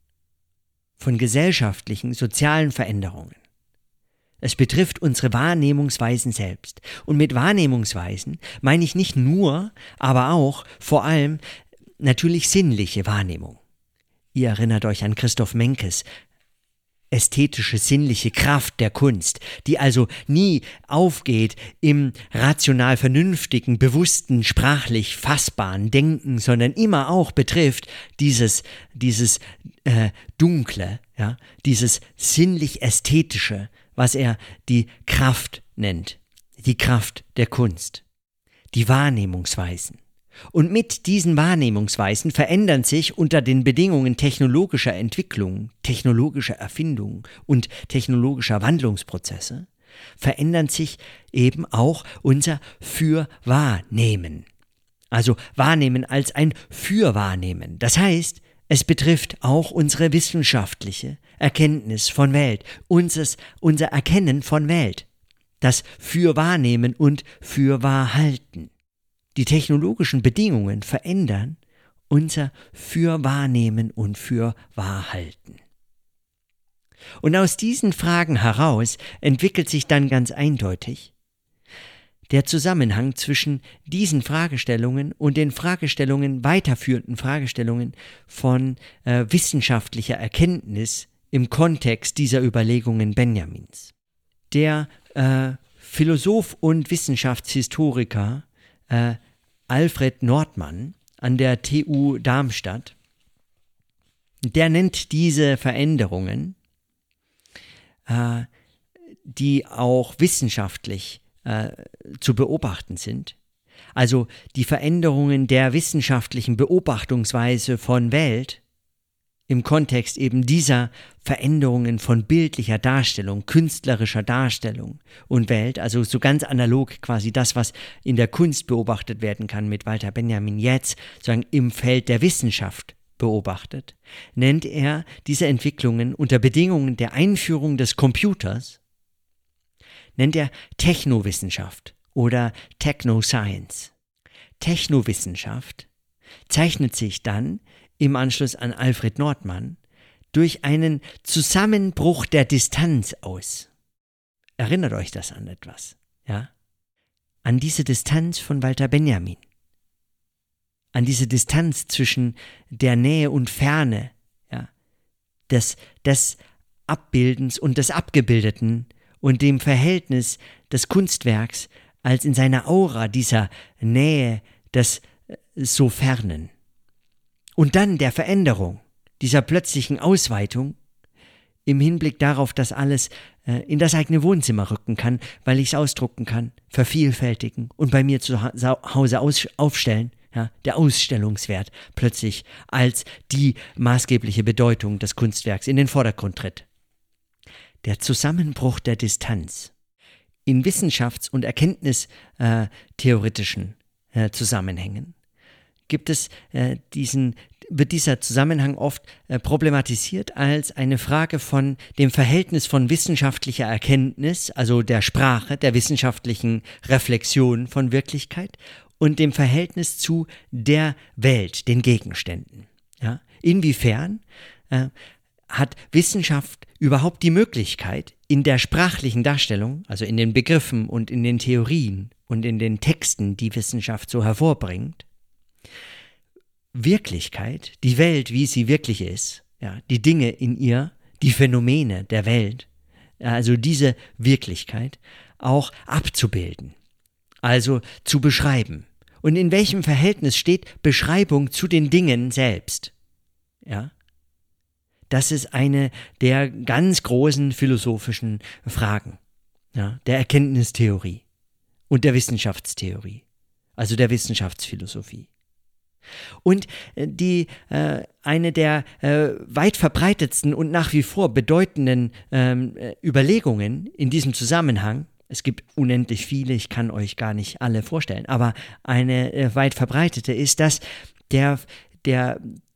von gesellschaftlichen, sozialen Veränderungen. Es betrifft unsere Wahrnehmungsweisen selbst. Und mit Wahrnehmungsweisen meine ich nicht nur, aber auch vor allem natürlich sinnliche Wahrnehmung. Ihr erinnert euch an Christoph Menkes ästhetische, sinnliche Kraft der Kunst, die also nie aufgeht im rational vernünftigen, bewussten, sprachlich fassbaren Denken, sondern immer auch betrifft dieses, dieses äh, Dunkle, ja, dieses sinnlich-ästhetische, was er die Kraft nennt, die Kraft der Kunst, die Wahrnehmungsweisen. Und mit diesen Wahrnehmungsweisen verändern sich unter den Bedingungen technologischer Entwicklung, technologischer Erfindung und technologischer Wandlungsprozesse, verändern sich eben auch unser Fürwahrnehmen. Also Wahrnehmen als ein Fürwahrnehmen. Das heißt, es betrifft auch unsere wissenschaftliche Erkenntnis von Welt, unseres, unser Erkennen von Welt, das Fürwahrnehmen und Fürwahrhalten. Die technologischen Bedingungen verändern unser Fürwahrnehmen und Fürwahrhalten. Und aus diesen Fragen heraus entwickelt sich dann ganz eindeutig der Zusammenhang zwischen diesen Fragestellungen und den Fragestellungen, weiterführenden Fragestellungen von äh, wissenschaftlicher Erkenntnis im Kontext dieser Überlegungen Benjamins. Der äh, Philosoph und Wissenschaftshistoriker Äh, Alfred Nordmann an der T U Darmstadt, der nennt diese Veränderungen, äh, die auch wissenschaftlich äh, zu beobachten sind, also die Veränderungen der wissenschaftlichen Beobachtungsweise von Welt, im Kontext eben dieser Veränderungen von bildlicher Darstellung, künstlerischer Darstellung und Welt, also so ganz analog quasi das, was in der Kunst beobachtet werden kann, mit Walter Benjamin jetzt sozusagen im Feld der Wissenschaft beobachtet, nennt er diese Entwicklungen unter Bedingungen der Einführung des Computers, nennt er Technowissenschaft oder Technoscience. Technowissenschaft zeichnet sich dann im Anschluss an Alfred Nordmann durch einen Zusammenbruch der Distanz aus. Erinnert euch das an etwas, ja? An diese Distanz von Walter Benjamin. An diese Distanz zwischen der Nähe und Ferne, ja? Des, des Abbildens und des Abgebildeten und dem Verhältnis des Kunstwerks als in seiner Aura dieser Nähe des so Fernen. Und dann der Veränderung, dieser plötzlichen Ausweitung im Hinblick darauf, dass alles äh, in das eigene Wohnzimmer rücken kann, weil ich es ausdrucken kann, vervielfältigen und bei mir zu Hause aus- aufstellen, ja, der Ausstellungswert plötzlich als die maßgebliche Bedeutung des Kunstwerks in den Vordergrund tritt. Der Zusammenbruch der Distanz in wissenschafts- und erkenntnistheoretischen äh, Zusammenhängen gibt es äh, diesen, wird dieser Zusammenhang oft äh, problematisiert als eine Frage von dem Verhältnis von wissenschaftlicher Erkenntnis, also der Sprache, der wissenschaftlichen Reflexion von Wirklichkeit und dem Verhältnis zu der Welt, den Gegenständen. Ja? Inwiefern äh, hat Wissenschaft überhaupt die Möglichkeit, in der sprachlichen Darstellung, also in den Begriffen und in den Theorien und in den Texten, die Wissenschaft so hervorbringt, Wirklichkeit, die Welt, wie sie wirklich ist, ja, die Dinge in ihr, die Phänomene der Welt, also diese Wirklichkeit auch abzubilden, also zu beschreiben. Und in welchem Verhältnis steht Beschreibung zu den Dingen selbst? Ja? Das ist eine der ganz großen philosophischen Fragen, ja, der Erkenntnistheorie und der Wissenschaftstheorie, also der Wissenschaftsphilosophie. Und die, äh, eine der äh, weit verbreitetsten und nach wie vor bedeutenden ähm, Überlegungen in diesem Zusammenhang, es gibt unendlich viele, ich kann euch gar nicht alle vorstellen, aber eine äh, weit verbreitete ist, dass der, der,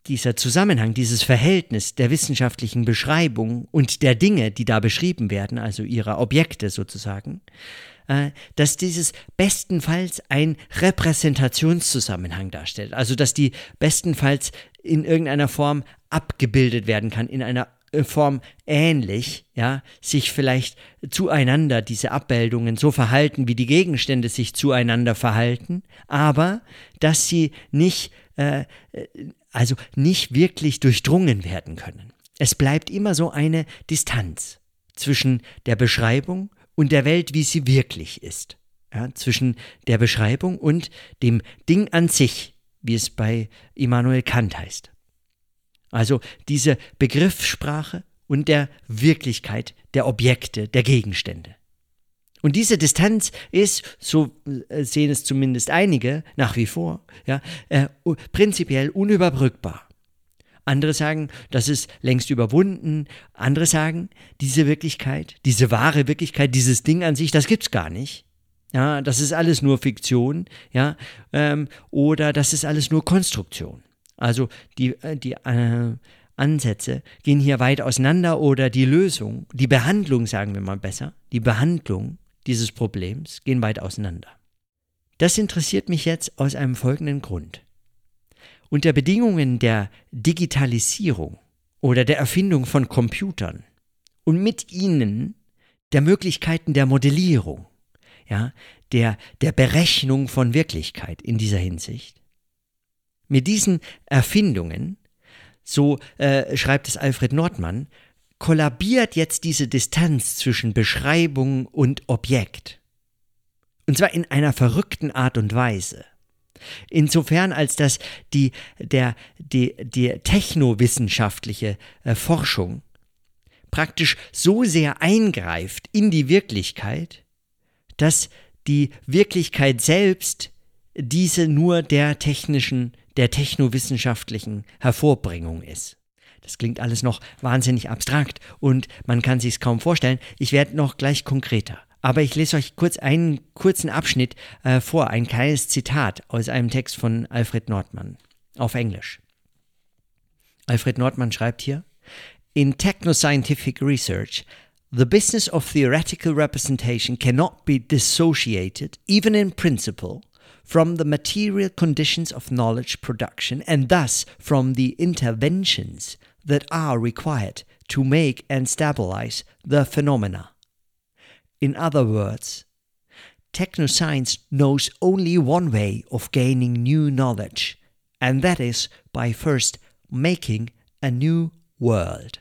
dieser Zusammenhang, dieses Verhältnis der wissenschaftlichen Beschreibung und der Dinge, die da beschrieben werden, also ihrer Objekte sozusagen, äh, dass dieses bestenfalls ein Repräsentationszusammenhang darstellt. Also dass die bestenfalls in irgendeiner Form abgebildet werden kann, in einer Form ähnlich, ja, sich vielleicht zueinander, diese Abbildungen so verhalten, wie die Gegenstände sich zueinander verhalten, aber dass sie nicht, äh, also nicht wirklich durchdrungen werden können. Es bleibt immer so eine Distanz zwischen der Beschreibung und der Welt, wie sie wirklich ist. Ja, zwischen der Beschreibung und dem Ding an sich, wie es bei Immanuel Kant heißt. Also diese Begriffssprache und der Wirklichkeit der Objekte, der Gegenstände. Und diese Distanz ist, so sehen es zumindest einige nach wie vor, ja, äh, prinzipiell unüberbrückbar. Andere sagen, das ist längst überwunden. Andere sagen, diese Wirklichkeit, diese wahre Wirklichkeit, dieses Ding an sich, das gibt's gar nicht. Ja, das ist alles nur Fiktion, ja, ähm, oder das ist alles nur Konstruktion. Also die, die äh, Ansätze gehen hier weit auseinander oder die Lösung, die Behandlung, sagen wir mal besser, die Behandlung dieses Problems gehen weit auseinander. Das interessiert mich jetzt aus einem folgenden Grund. Unter Bedingungen der Digitalisierung oder der Erfindung von Computern und mit ihnen der Möglichkeiten der Modellierung, ja, der, der Berechnung von Wirklichkeit in dieser Hinsicht, mit diesen Erfindungen, so äh, schreibt es Alfred Nordmann, kollabiert jetzt diese Distanz zwischen Beschreibung und Objekt. Und zwar in einer verrückten Art und Weise. Insofern, als dass die, der, die, die technowissenschaftliche äh, Forschung praktisch so sehr eingreift in die Wirklichkeit, dass die Wirklichkeit selbst diese nur der technischen, der technowissenschaftlichen Hervorbringung ist. Das klingt alles noch wahnsinnig abstrakt und man kann sich es kaum vorstellen. Ich werde noch gleich konkreter. Aber ich lese euch kurz einen kurzen Abschnitt äh, vor, ein kleines Zitat aus einem Text von Alfred Nordmann auf Englisch. Alfred Nordmann schreibt hier: In technoscientific research, the business of theoretical representation cannot be dissociated, even in principle, from the material conditions of knowledge production and thus from the interventions that are required to make and stabilize the phenomena. In other words, technoscience knows only one way of gaining new knowledge, and that is by first making a new world.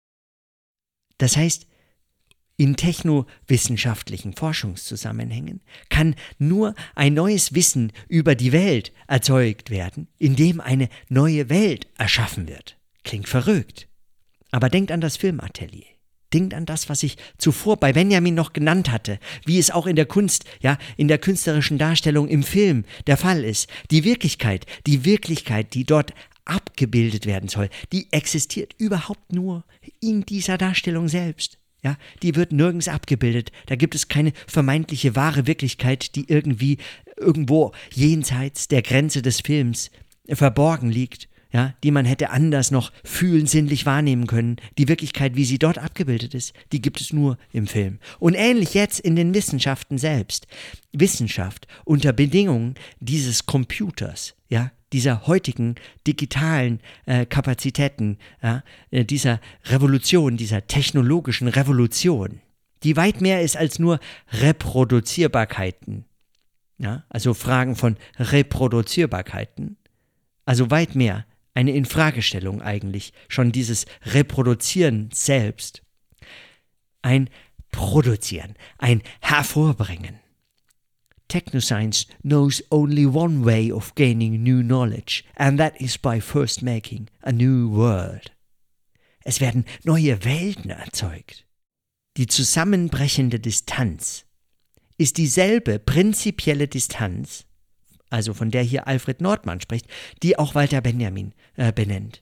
Das heißt, in technowissenschaftlichen Forschungszusammenhängen kann nur ein neues Wissen über die Welt erzeugt werden, indem eine neue Welt erschaffen wird. Klingt verrückt. Aber denkt an das Filmatelier. Denkt an das, was ich zuvor bei Benjamin noch genannt hatte, wie es auch in der Kunst, ja, in der künstlerischen Darstellung im Film der Fall ist. Die Wirklichkeit, die Wirklichkeit, die dort abgebildet werden soll, die existiert überhaupt nur in dieser Darstellung selbst. Ja, die wird nirgends abgebildet. Da gibt es keine vermeintliche wahre Wirklichkeit, die irgendwie irgendwo jenseits der Grenze des Films verborgen liegt, ja, die man hätte anders noch fühlen, sinnlich wahrnehmen können. Die Wirklichkeit, wie sie dort abgebildet ist, die gibt es nur im Film. Und ähnlich jetzt in den Wissenschaften selbst. Wissenschaft unter Bedingungen dieses Computers, ja, dieser heutigen digitalen äh, Kapazitäten, ja, äh, dieser Revolution, dieser technologischen Revolution, die weit mehr ist als nur Reproduzierbarkeiten, ja, also Fragen von Reproduzierbarkeiten, also weit mehr eine Infragestellung eigentlich, schon dieses Reproduzieren selbst, ein Produzieren, ein Hervorbringen. Technoscience knows only one way of gaining new knowledge, and that is by first making a new world. Es werden neue Welten erzeugt. Die zusammenbrechende Distanz ist dieselbe prinzipielle Distanz, also von der hier Alfred Nordmann spricht, die auch Walter Benjamin äh, benennt.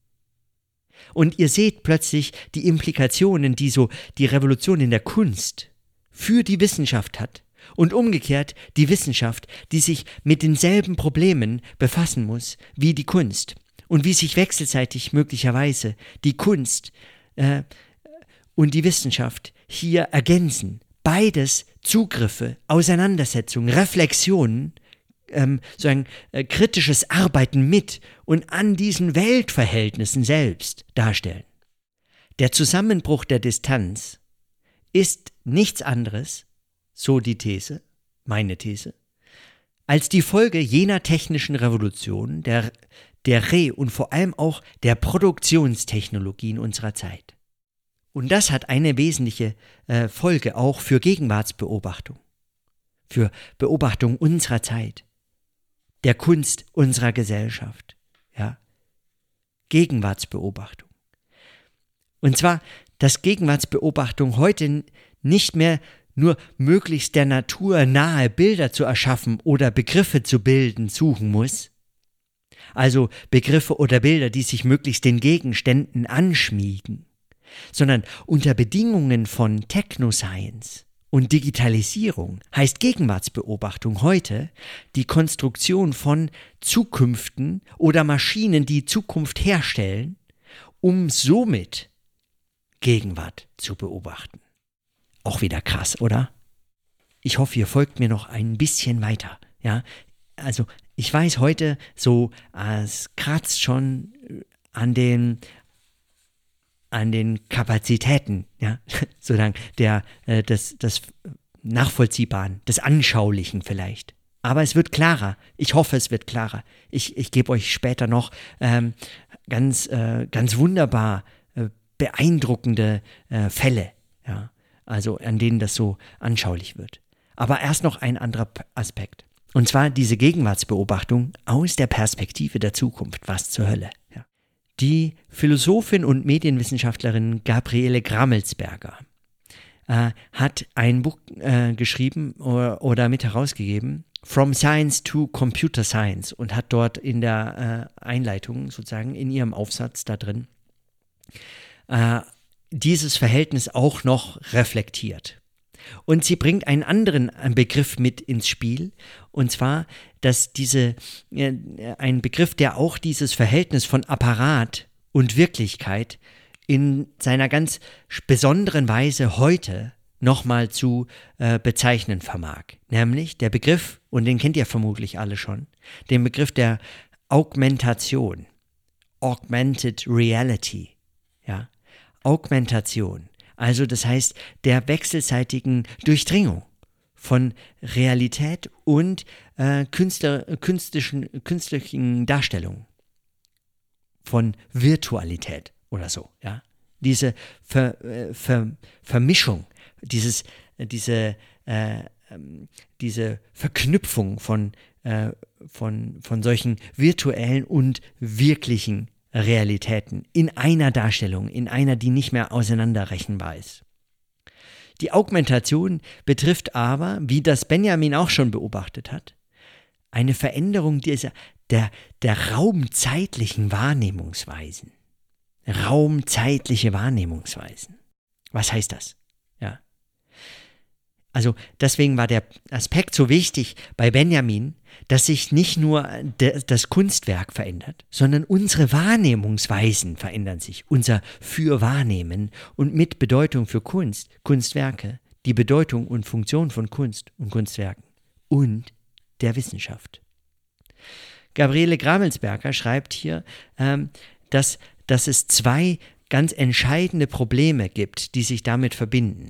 Und ihr seht plötzlich die Implikationen, die so die Revolution in der Kunst für die Wissenschaft hat. Und umgekehrt die Wissenschaft, die sich mit denselben Problemen befassen muss wie die Kunst und wie sich wechselseitig möglicherweise die Kunst äh, und die Wissenschaft hier ergänzen. Beides Zugriffe, Auseinandersetzungen, Reflexionen, ähm, so ein äh, kritisches Arbeiten mit und an diesen Weltverhältnissen selbst darstellen. Der Zusammenbruch der Distanz ist nichts anderes, so die These, meine These, als die Folge jener technischen Revolution, der, der Re- und vor allem auch der Produktionstechnologien unserer Zeit. Und das hat eine wesentliche äh, Folge auch für Gegenwartsbeobachtung, für Beobachtung unserer Zeit, der Kunst unserer Gesellschaft, ja, Gegenwartsbeobachtung. Und zwar, dass Gegenwartsbeobachtung heute nicht mehr nur möglichst der Natur nahe Bilder zu erschaffen oder Begriffe zu bilden suchen muss, also Begriffe oder Bilder, die sich möglichst den Gegenständen anschmiegen, sondern unter Bedingungen von Technoscience und Digitalisierung heißt Gegenwartsbeobachtung heute die Konstruktion von Zukünften oder Maschinen, die Zukunft herstellen, um somit Gegenwart zu beobachten. Auch wieder krass, oder? Ich hoffe, ihr folgt mir noch ein bisschen weiter. Ja, also ich weiß heute so, es kratzt schon an den an den Kapazitäten, ja, sozusagen der äh, des, des Nachvollziehbaren, des Anschaulichen vielleicht. Aber es wird klarer. Ich hoffe, es wird klarer. Ich, ich gebe euch später noch ähm, ganz äh, ganz wunderbar äh, beeindruckende äh, Fälle, ja, also an denen das so anschaulich wird. Aber erst noch ein anderer Aspekt. Und zwar diese Gegenwartsbeobachtung aus der Perspektive der Zukunft. Was zur Hölle? Ja. Die Philosophin und Medienwissenschaftlerin Gabriele Gramelsberger äh, hat ein Buch äh, geschrieben oder, oder mit herausgegeben, From Science to Computer Science, und hat dort in der äh, Einleitung sozusagen in ihrem Aufsatz da drin äh, dieses Verhältnis auch noch reflektiert. Und sie bringt einen anderen Begriff mit ins Spiel, und zwar, dass diese, äh, ein Begriff, der auch dieses Verhältnis von Apparat und Wirklichkeit in seiner ganz besonderen Weise heute nochmal zu äh, bezeichnen vermag. Nämlich der Begriff, und den kennt ihr vermutlich alle schon, den Begriff der Augmentation, Augmented Reality, ja, Augmentation. Also das heißt, der wechselseitigen Durchdringung von Realität und äh, Künstler, künstlichen, künstlichen Darstellungen, von Virtualität oder so. Ja? Diese Ver, äh, Ver, Vermischung, dieses, äh, diese, äh, ähm, diese Verknüpfung von, äh, von, von solchen virtuellen und wirklichen Realitäten in einer Darstellung, in einer, die nicht mehr auseinanderrechenbar ist. Die Augmentation betrifft aber, wie das Benjamin auch schon beobachtet hat, eine Veränderung dieser, der, der raumzeitlichen Wahrnehmungsweisen. Raumzeitliche Wahrnehmungsweisen. Was heißt das? Ja. Also deswegen war der Aspekt so wichtig bei Benjamin, dass sich nicht nur de, das Kunstwerk verändert, sondern unsere Wahrnehmungsweisen verändern sich, unser Fürwahrnehmen und mit Bedeutung für Kunst, Kunstwerke, die Bedeutung und Funktion von Kunst und Kunstwerken und der Wissenschaft. Gabriele Gramelsberger schreibt hier, ähm, dass, dass es zwei ganz entscheidende Probleme gibt, die sich damit verbinden.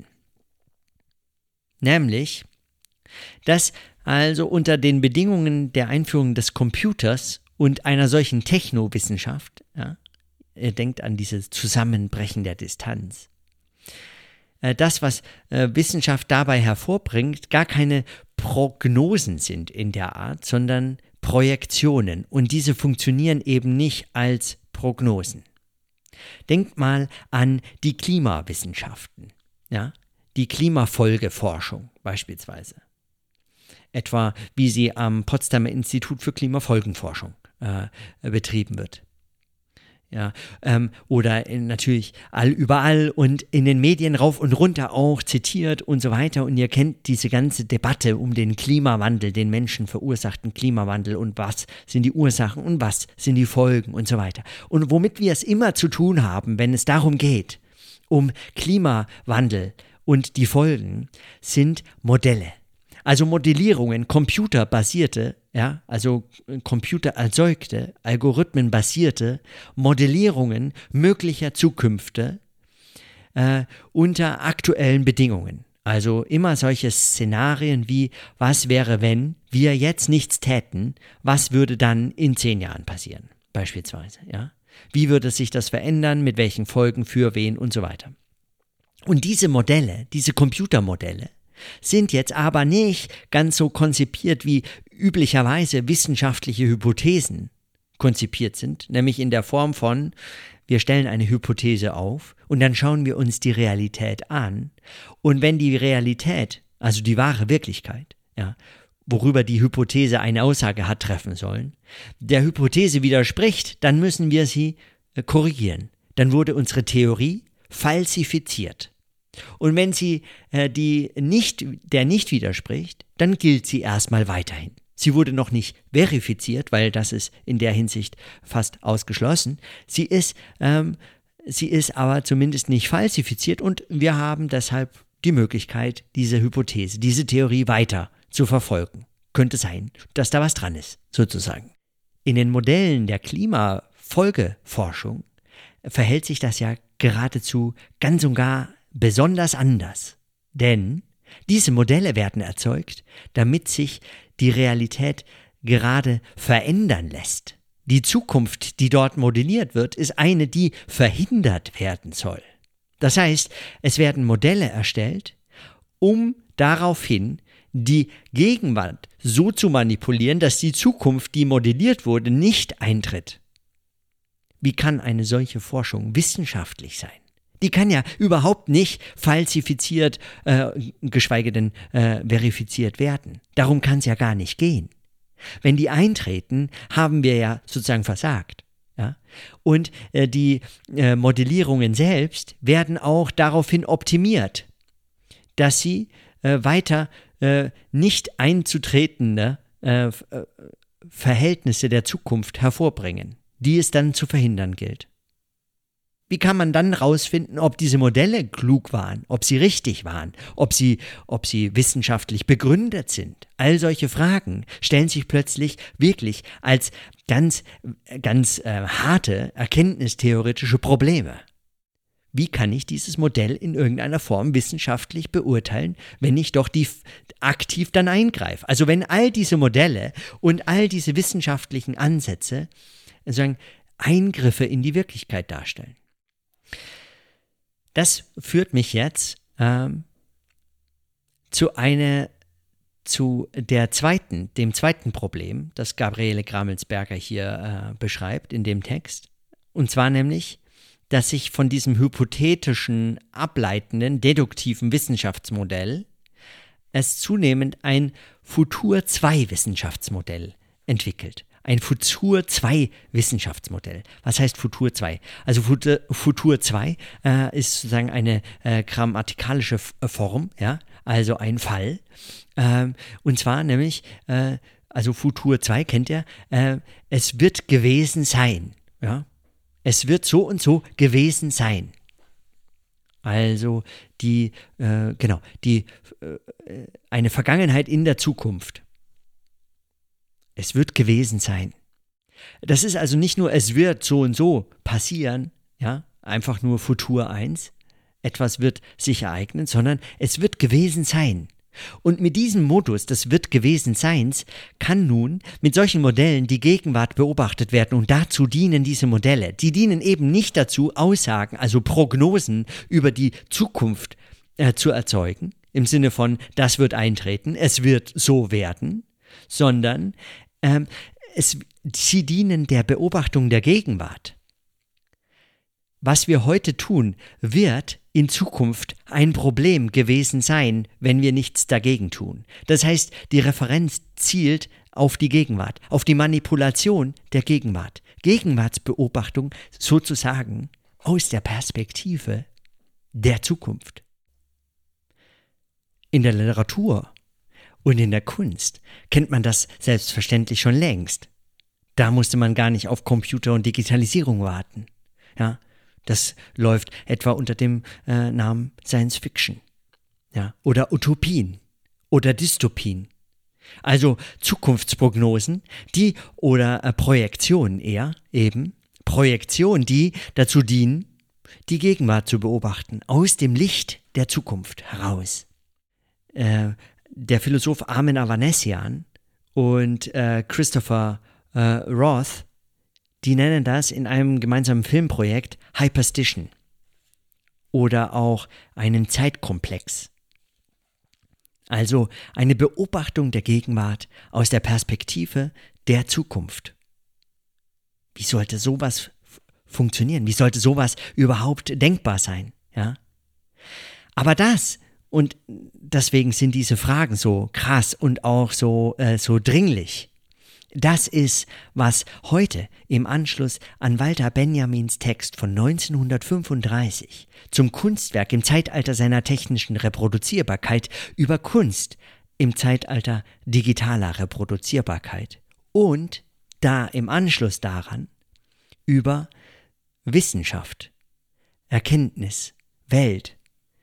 Nämlich, dass also unter den Bedingungen der Einführung des Computers und einer solchen Technowissenschaft, ja, ihr denkt an dieses Zusammenbrechen der Distanz, äh, das, was äh, Wissenschaft dabei hervorbringt, gar keine Prognosen sind in der Art, sondern Projektionen, und diese funktionieren eben nicht als Prognosen. Denkt mal an die Klimawissenschaften, ja, die Klimafolgeforschung beispielsweise. Etwa wie sie am Potsdamer Institut für Klimafolgenforschung äh, betrieben wird. Ja, ähm, oder in, natürlich all überall und in den Medien rauf und runter auch zitiert und so weiter. Und ihr kennt diese ganze Debatte um den Klimawandel, den Menschen verursachten Klimawandel und was sind die Ursachen und was sind die Folgen und so weiter. Und womit wir es immer zu tun haben, wenn es darum geht, um Klimawandel und die Folgen, sind Modelle. Also Modellierungen, computerbasierte, ja, also computererzeugte, algorithmenbasierte Modellierungen möglicher Zukünfte äh, unter aktuellen Bedingungen. Also immer solche Szenarien wie, was wäre, wenn wir jetzt nichts täten, was würde dann in zehn Jahren passieren, beispielsweise, ja. Wie würde sich das verändern, mit welchen Folgen, für wen und so weiter. Und diese Modelle, diese Computermodelle, sind jetzt aber nicht ganz so konzipiert, wie üblicherweise wissenschaftliche Hypothesen konzipiert sind, nämlich in der Form von, wir stellen eine Hypothese auf und dann schauen wir uns die Realität an und wenn die Realität, also die wahre Wirklichkeit, ja, worüber die Hypothese eine Aussage hat treffen sollen, der Hypothese widerspricht, dann müssen wir sie äh, korrigieren. Dann wurde unsere Theorie falsifiziert. Und wenn sie äh, die nicht, der nicht widerspricht, dann gilt sie erstmal weiterhin. Sie wurde noch nicht verifiziert, weil das ist in der Hinsicht fast ausgeschlossen. Sie ist, ähm, sie ist aber zumindest nicht falsifiziert und wir haben deshalb die Möglichkeit, diese Hypothese, diese Theorie weiter zu verfolgen. Könnte sein, dass da was dran ist, sozusagen. In den Modellen der Klimafolgeforschung verhält sich das ja geradezu ganz und gar besonders anders, denn diese Modelle werden erzeugt, damit sich die Realität gerade verändern lässt. Die Zukunft, die dort modelliert wird, ist eine, die verhindert werden soll. Das heißt, es werden Modelle erstellt, um daraufhin die Gegenwart so zu manipulieren, dass die Zukunft, die modelliert wurde, nicht eintritt. Wie kann eine solche Forschung wissenschaftlich sein? Die kann ja überhaupt nicht falsifiziert, äh, geschweige denn äh, verifiziert werden. Darum kann es ja gar nicht gehen. Wenn die eintreten, haben wir ja sozusagen versagt. Ja? Und äh, die äh, Modellierungen selbst werden auch daraufhin optimiert, dass sie äh, weiter äh, nicht einzutretende äh, Verhältnisse der Zukunft hervorbringen, die es dann zu verhindern gilt. Wie kann man dann rausfinden, ob diese Modelle klug waren, ob sie richtig waren, ob sie, ob sie wissenschaftlich begründet sind? All solche Fragen stellen sich plötzlich wirklich als ganz, ganz äh, harte erkenntnistheoretische Probleme. Wie kann ich dieses Modell in irgendeiner Form wissenschaftlich beurteilen, wenn ich doch die aktiv dann eingreife? Also wenn all diese Modelle und all diese wissenschaftlichen Ansätze sagen, Eingriffe in die Wirklichkeit darstellen. Das führt mich jetzt ähm, zu einer, zu der zweiten, dem zweiten Problem, das Gabriele Gramelsberger hier äh, beschreibt in dem Text. Und zwar nämlich, dass sich von diesem hypothetischen, ableitenden, deduktiven Wissenschaftsmodell es zunehmend ein Futur zwei Wissenschaftsmodell entwickelt. Ein Futur zwei Wissenschaftsmodell. Was heißt Futur zwei? Also Futur, Futur zwei äh, ist sozusagen eine äh, grammatikalische F- Form, ja, also ein Fall. Ähm, und zwar nämlich, äh, also Futur zwei kennt ihr, äh, es wird gewesen sein, ja. Es wird so und so gewesen sein. Also die, äh, genau, die, äh, eine Vergangenheit in der Zukunft. Es wird gewesen sein. Das ist also nicht nur, es wird so und so passieren, ja, einfach nur Futur eins, etwas wird sich ereignen, sondern es wird gewesen sein. Und mit diesem Modus des wird gewesen Seins kann nun mit solchen Modellen die Gegenwart beobachtet werden und dazu dienen diese Modelle. Die dienen eben nicht dazu, Aussagen, also Prognosen über die Zukunft äh, zu erzeugen, im Sinne von, das wird eintreten, es wird so werden, sondern ähm, es, sie dienen der Beobachtung der Gegenwart. Was wir heute tun, wird in Zukunft ein Problem gewesen sein, wenn wir nichts dagegen tun. Das heißt, die Referenz zielt auf die Gegenwart, auf die Manipulation der Gegenwart. Gegenwartsbeobachtung sozusagen aus der Perspektive der Zukunft. In der Literatur und in der Kunst kennt man das selbstverständlich schon längst. Da musste man gar nicht auf Computer und Digitalisierung warten. Ja, das läuft etwa unter dem äh, Namen Science Fiction, ja, oder Utopien oder Dystopien. Also Zukunftsprognosen, die oder äh, Projektionen eher eben, Projektionen, die dazu dienen, die Gegenwart zu beobachten, aus dem Licht der Zukunft heraus. Äh, der Philosoph Armin Avanesian und äh, Christopher äh, Roth, die nennen das in einem gemeinsamen Filmprojekt Hyperstition oder auch einen Zeitkomplex. Also eine Beobachtung der Gegenwart aus der Perspektive der Zukunft. Wie sollte sowas f- funktionieren? Wie sollte sowas überhaupt denkbar sein? Ja? Aber das, und deswegen sind diese Fragen so krass und auch so, äh, so dringlich, das ist, was heute im Anschluss an Walter Benjamins Text von neunzehnhundertfünfunddreißig zum Kunstwerk im Zeitalter seiner technischen Reproduzierbarkeit über Kunst im Zeitalter digitaler Reproduzierbarkeit und da im Anschluss daran über Wissenschaft, Erkenntnis, Welt,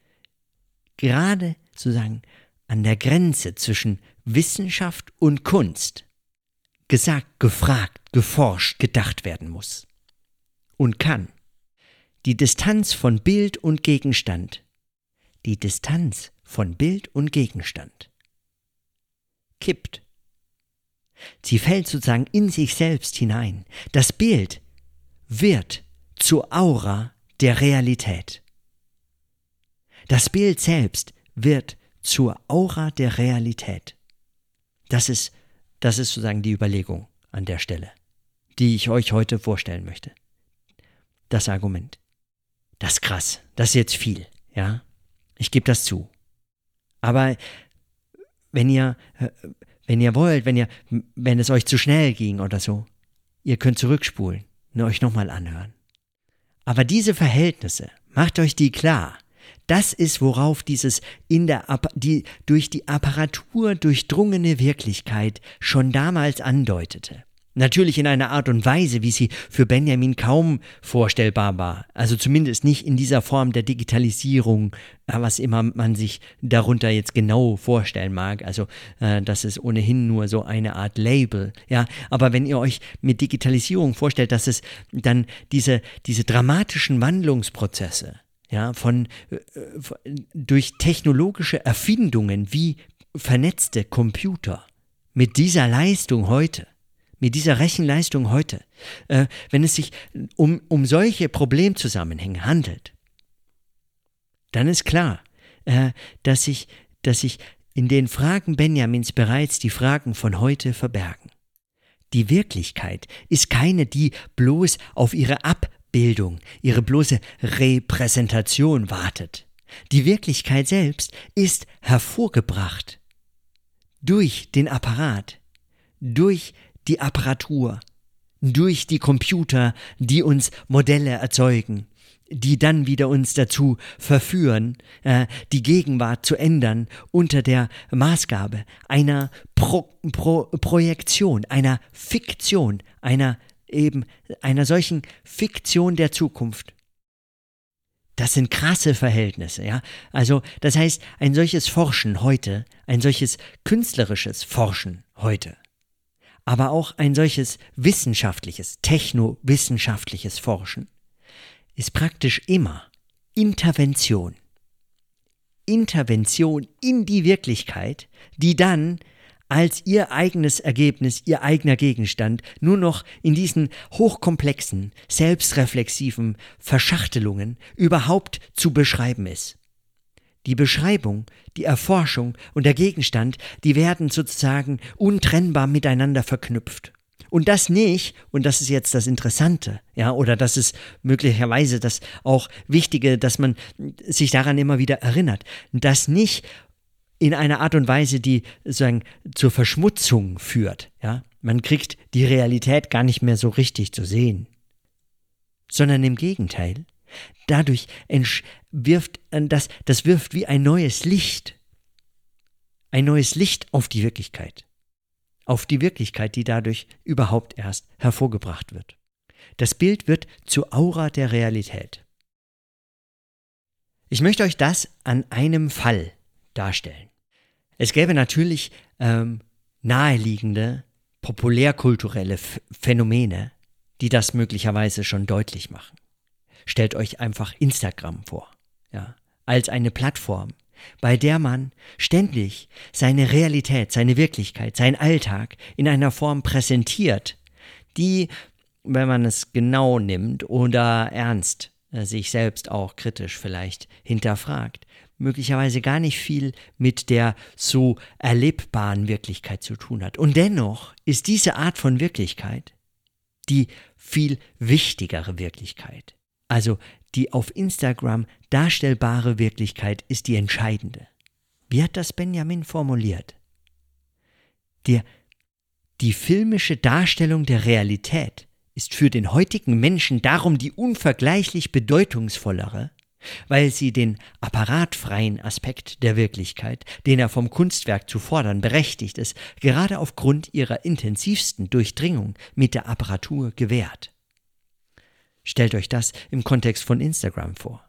gerade sozusagen an der Grenze zwischen Wissenschaft und Kunst gesagt, gefragt, geforscht, gedacht werden muss und kann. Die Distanz von Bild und Gegenstand, die Distanz von Bild und Gegenstand kippt. Sie fällt sozusagen in sich selbst hinein. Das Bild wird zur Aura der Realität. Das Bild selbst wird zur Aura der Realität. Das ist Das ist sozusagen die Überlegung an der Stelle, die ich euch heute vorstellen möchte. Das Argument. Das ist krass. Das ist jetzt viel, ja. Ich gebe das zu. Aber wenn ihr, wenn ihr wollt, wenn ihr, wenn es euch zu schnell ging oder so, ihr könnt zurückspulen und euch nochmal anhören. Aber diese Verhältnisse, macht euch die klar. Das ist, worauf dieses in der die durch die Apparatur durchdrungene Wirklichkeit schon damals andeutete. Natürlich in einer Art und Weise, wie sie für Benjamin kaum vorstellbar war. Also zumindest nicht in dieser Form der Digitalisierung, was immer man sich darunter jetzt genau vorstellen mag. Also äh, das ist ohnehin nur so eine Art Label. Ja, aber wenn ihr euch mit Digitalisierung vorstellt, dass es dann diese, diese dramatischen Wandlungsprozesse, ja, von, äh, durch technologische Erfindungen wie vernetzte Computer mit dieser Leistung heute, mit dieser Rechenleistung heute, äh, wenn es sich um, um solche Problemzusammenhänge handelt, dann ist klar, äh, dass sich, dass sich in den Fragen Benjamins bereits die Fragen von heute verbergen. Die Wirklichkeit ist keine, die bloß auf ihre Ab Bildung, ihre bloße Repräsentation wartet. Die Wirklichkeit selbst ist hervorgebracht durch den Apparat, durch die Apparatur, durch die Computer, die uns Modelle erzeugen, die dann wieder uns dazu verführen, äh, die Gegenwart zu ändern unter der Maßgabe einer Pro- Pro- Projektion, einer Fiktion, einer eben einer solchen Fiktion der Zukunft. Das sind krasse Verhältnisse, ja. Also, das heißt, ein solches Forschen heute, ein solches künstlerisches Forschen heute, aber auch ein solches wissenschaftliches, technowissenschaftliches Forschen ist praktisch immer Intervention. Intervention in die Wirklichkeit, die dann als ihr eigenes Ergebnis, ihr eigener Gegenstand, nur noch in diesen hochkomplexen, selbstreflexiven Verschachtelungen überhaupt zu beschreiben ist. Die Beschreibung, die Erforschung und der Gegenstand, die werden sozusagen untrennbar miteinander verknüpft. Und das nicht, und das ist jetzt das Interessante, ja, oder das ist möglicherweise das auch Wichtige, dass man sich daran immer wieder erinnert, das nicht in einer Art und Weise, die sozusagen zur Verschmutzung führt. Ja? Man kriegt die Realität gar nicht mehr so richtig zu sehen. Sondern im Gegenteil, dadurch wirft das, das wirft wie ein neues Licht, ein neues Licht auf die Wirklichkeit, auf die Wirklichkeit, die dadurch überhaupt erst hervorgebracht wird. Das Bild wird zur Aura der Realität. Ich möchte euch das an einem Fall darstellen. Es gäbe natürlich ähm, naheliegende, populärkulturelle F- Phänomene, die das möglicherweise schon deutlich machen. Stellt euch einfach Instagram vor, ja, als eine Plattform, bei der man ständig seine Realität, seine Wirklichkeit, seinen Alltag in einer Form präsentiert, die, wenn man es genau nimmt oder ernst äh, sich selbst auch kritisch vielleicht hinterfragt, möglicherweise gar nicht viel mit der so erlebbaren Wirklichkeit zu tun hat. Und dennoch ist diese Art von Wirklichkeit die viel wichtigere Wirklichkeit. Also die auf Instagram darstellbare Wirklichkeit ist die entscheidende. Wie hat das Benjamin formuliert? Der, die filmische Darstellung der Realität ist für den heutigen Menschen darum die unvergleichlich bedeutungsvollere, weil sie den apparatfreien Aspekt der Wirklichkeit, den er vom Kunstwerk zu fordern berechtigt ist, gerade aufgrund ihrer intensivsten Durchdringung mit der Apparatur gewährt. Stellt euch das im Kontext von Instagram vor.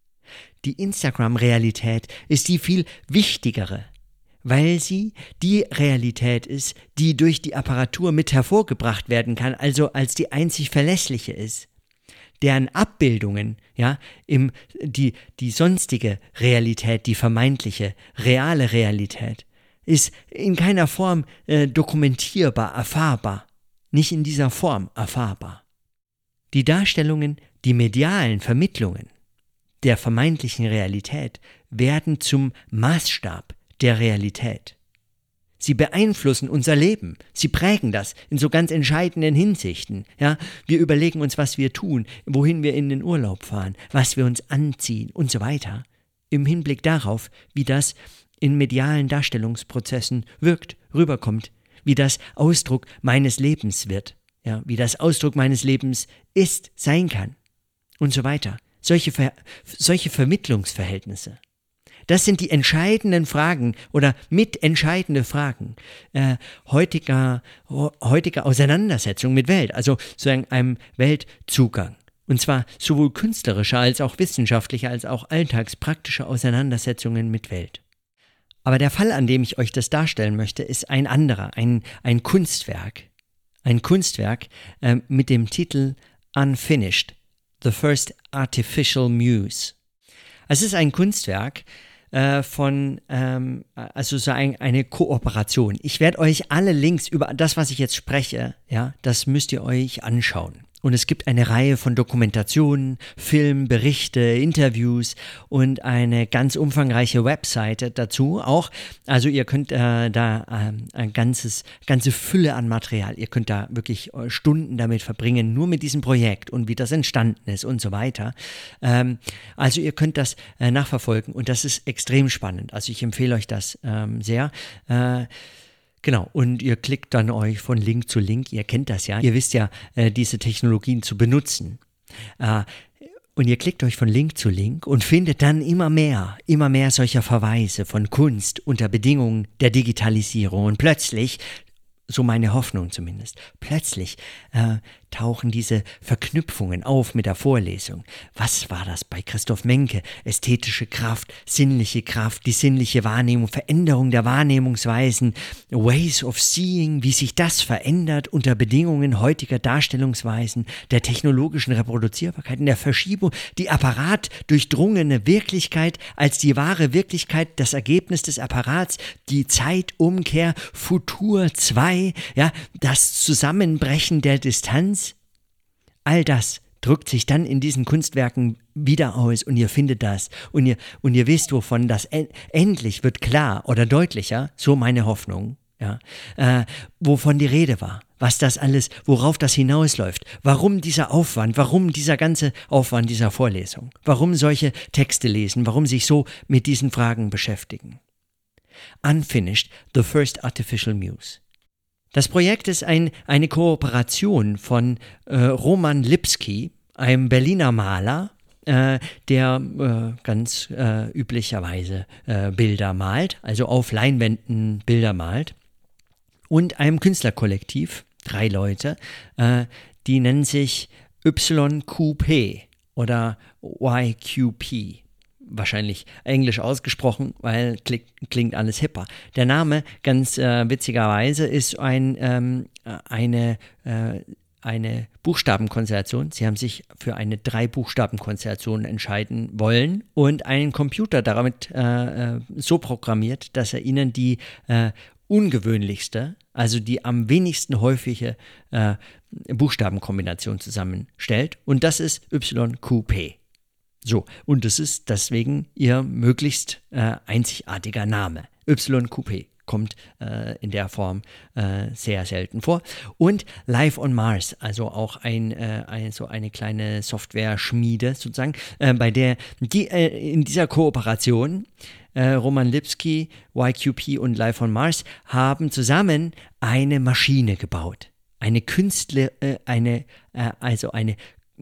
Die Instagram-Realität ist die viel wichtigere, weil sie die Realität ist, die durch die Apparatur mit hervorgebracht werden kann, also als die einzig verlässliche ist, deren Abbildungen, ja, im, die, die sonstige Realität, die vermeintliche, reale Realität, ist in keiner Form äh, dokumentierbar, erfahrbar, nicht in dieser Form erfahrbar. Die Darstellungen, die medialen Vermittlungen der vermeintlichen Realität werden zum Maßstab der Realität. Sie beeinflussen unser Leben, sie prägen das in so ganz entscheidenden Hinsichten. Ja? Wir überlegen uns, was wir tun, wohin wir in den Urlaub fahren, was wir uns anziehen und so weiter, im Hinblick darauf, wie das in medialen Darstellungsprozessen wirkt, rüberkommt, wie das Ausdruck meines Lebens wird, ja? Wie das Ausdruck meines Lebens ist, sein kann und so weiter. Solche, Ver- solche Vermittlungsverhältnisse. Das sind die entscheidenden Fragen oder mitentscheidende Fragen äh, heutiger, heutiger Auseinandersetzung mit Welt, also sozusagen einem Weltzugang. Und zwar sowohl künstlerischer als auch wissenschaftlicher als auch alltagspraktische Auseinandersetzungen mit Welt. Aber der Fall, an dem ich euch das darstellen möchte, ist ein anderer, ein, ein Kunstwerk. Ein Kunstwerk äh, mit dem Titel Unfinished, The First Artificial Muse. Es ist ein Kunstwerk äh, von, ähm, also so ein, eine Kooperation. Ich werde euch alle Links über das, was ich jetzt spreche, ja, das müsst ihr euch anschauen. Und es gibt eine Reihe von Dokumentationen, Filmen, Berichte, Interviews und eine ganz umfangreiche Webseite dazu auch. Also ihr könnt äh, da ähm, ein ganzes, ganze Fülle an Material, ihr könnt da wirklich äh, Stunden damit verbringen, nur mit diesem Projekt und wie das entstanden ist und so weiter. Ähm, also ihr könnt das äh, nachverfolgen und das ist extrem spannend. Also ich empfehle euch das ähm, sehr. Äh, Genau, und ihr klickt dann euch von Link zu Link, ihr kennt das ja, ihr wisst ja, äh, diese Technologien zu benutzen. Äh, und ihr klickt euch von Link zu Link und findet dann immer mehr, immer mehr solcher Verweise von Kunst unter Bedingungen der Digitalisierung. Und plötzlich, so meine Hoffnung zumindest, plötzlich äh, tauchen diese Verknüpfungen auf mit der Vorlesung. Was war das bei Christoph Menke? Ästhetische Kraft, sinnliche Kraft, die sinnliche Wahrnehmung, Veränderung der Wahrnehmungsweisen, Ways of Seeing, wie sich das verändert unter Bedingungen heutiger Darstellungsweisen, der technologischen Reproduzierbarkeit, in der Verschiebung, die Apparat durchdrungene Wirklichkeit als die wahre Wirklichkeit, das Ergebnis des Apparats, die Zeitumkehr, Futur zwei, ja, das Zusammenbrechen der Distanz. All das drückt sich dann in diesen Kunstwerken wieder aus und ihr findet das und ihr, und ihr wisst, wovon das en- endlich wird klar oder deutlicher, so meine Hoffnung, ja, äh, wovon die Rede war, was das alles, worauf das hinausläuft, warum dieser Aufwand, warum dieser ganze Aufwand dieser Vorlesung, warum solche Texte lesen, warum sich so mit diesen Fragen beschäftigen. Unfinished, The First Artificial Muse. Das Projekt ist ein, eine Kooperation von äh, Roman Lipski, einem Berliner Maler, äh, der äh, ganz äh, üblicherweise äh, Bilder malt, also auf Leinwänden Bilder malt, und einem Künstlerkollektiv, drei Leute, äh, die nennen sich Y Q P oder Y Q P. Wahrscheinlich englisch ausgesprochen, weil klingt, klingt alles hipper. Der Name, ganz äh, witzigerweise, ist ein, ähm, eine, äh, eine Buchstabenkonstellation. Sie haben sich für eine Drei-Buchstaben-Konstellation entscheiden wollen und einen Computer damit äh, so programmiert, dass er ihnen die äh, ungewöhnlichste, also die am wenigsten häufige äh, Buchstabenkombination zusammenstellt. Und das ist Y Q P. So, und das ist deswegen ihr möglichst äh, einzigartiger Name. Y Q P kommt äh, in der Form äh, sehr selten vor. Und Life on Mars, also auch ein, äh, ein, so eine kleine Software-Schmiede sozusagen, äh, bei der die äh, in dieser Kooperation äh, Roman Lipski, Y Q P und Life on Mars haben zusammen eine Maschine gebaut. Eine Künstler, äh, eine, äh, also eine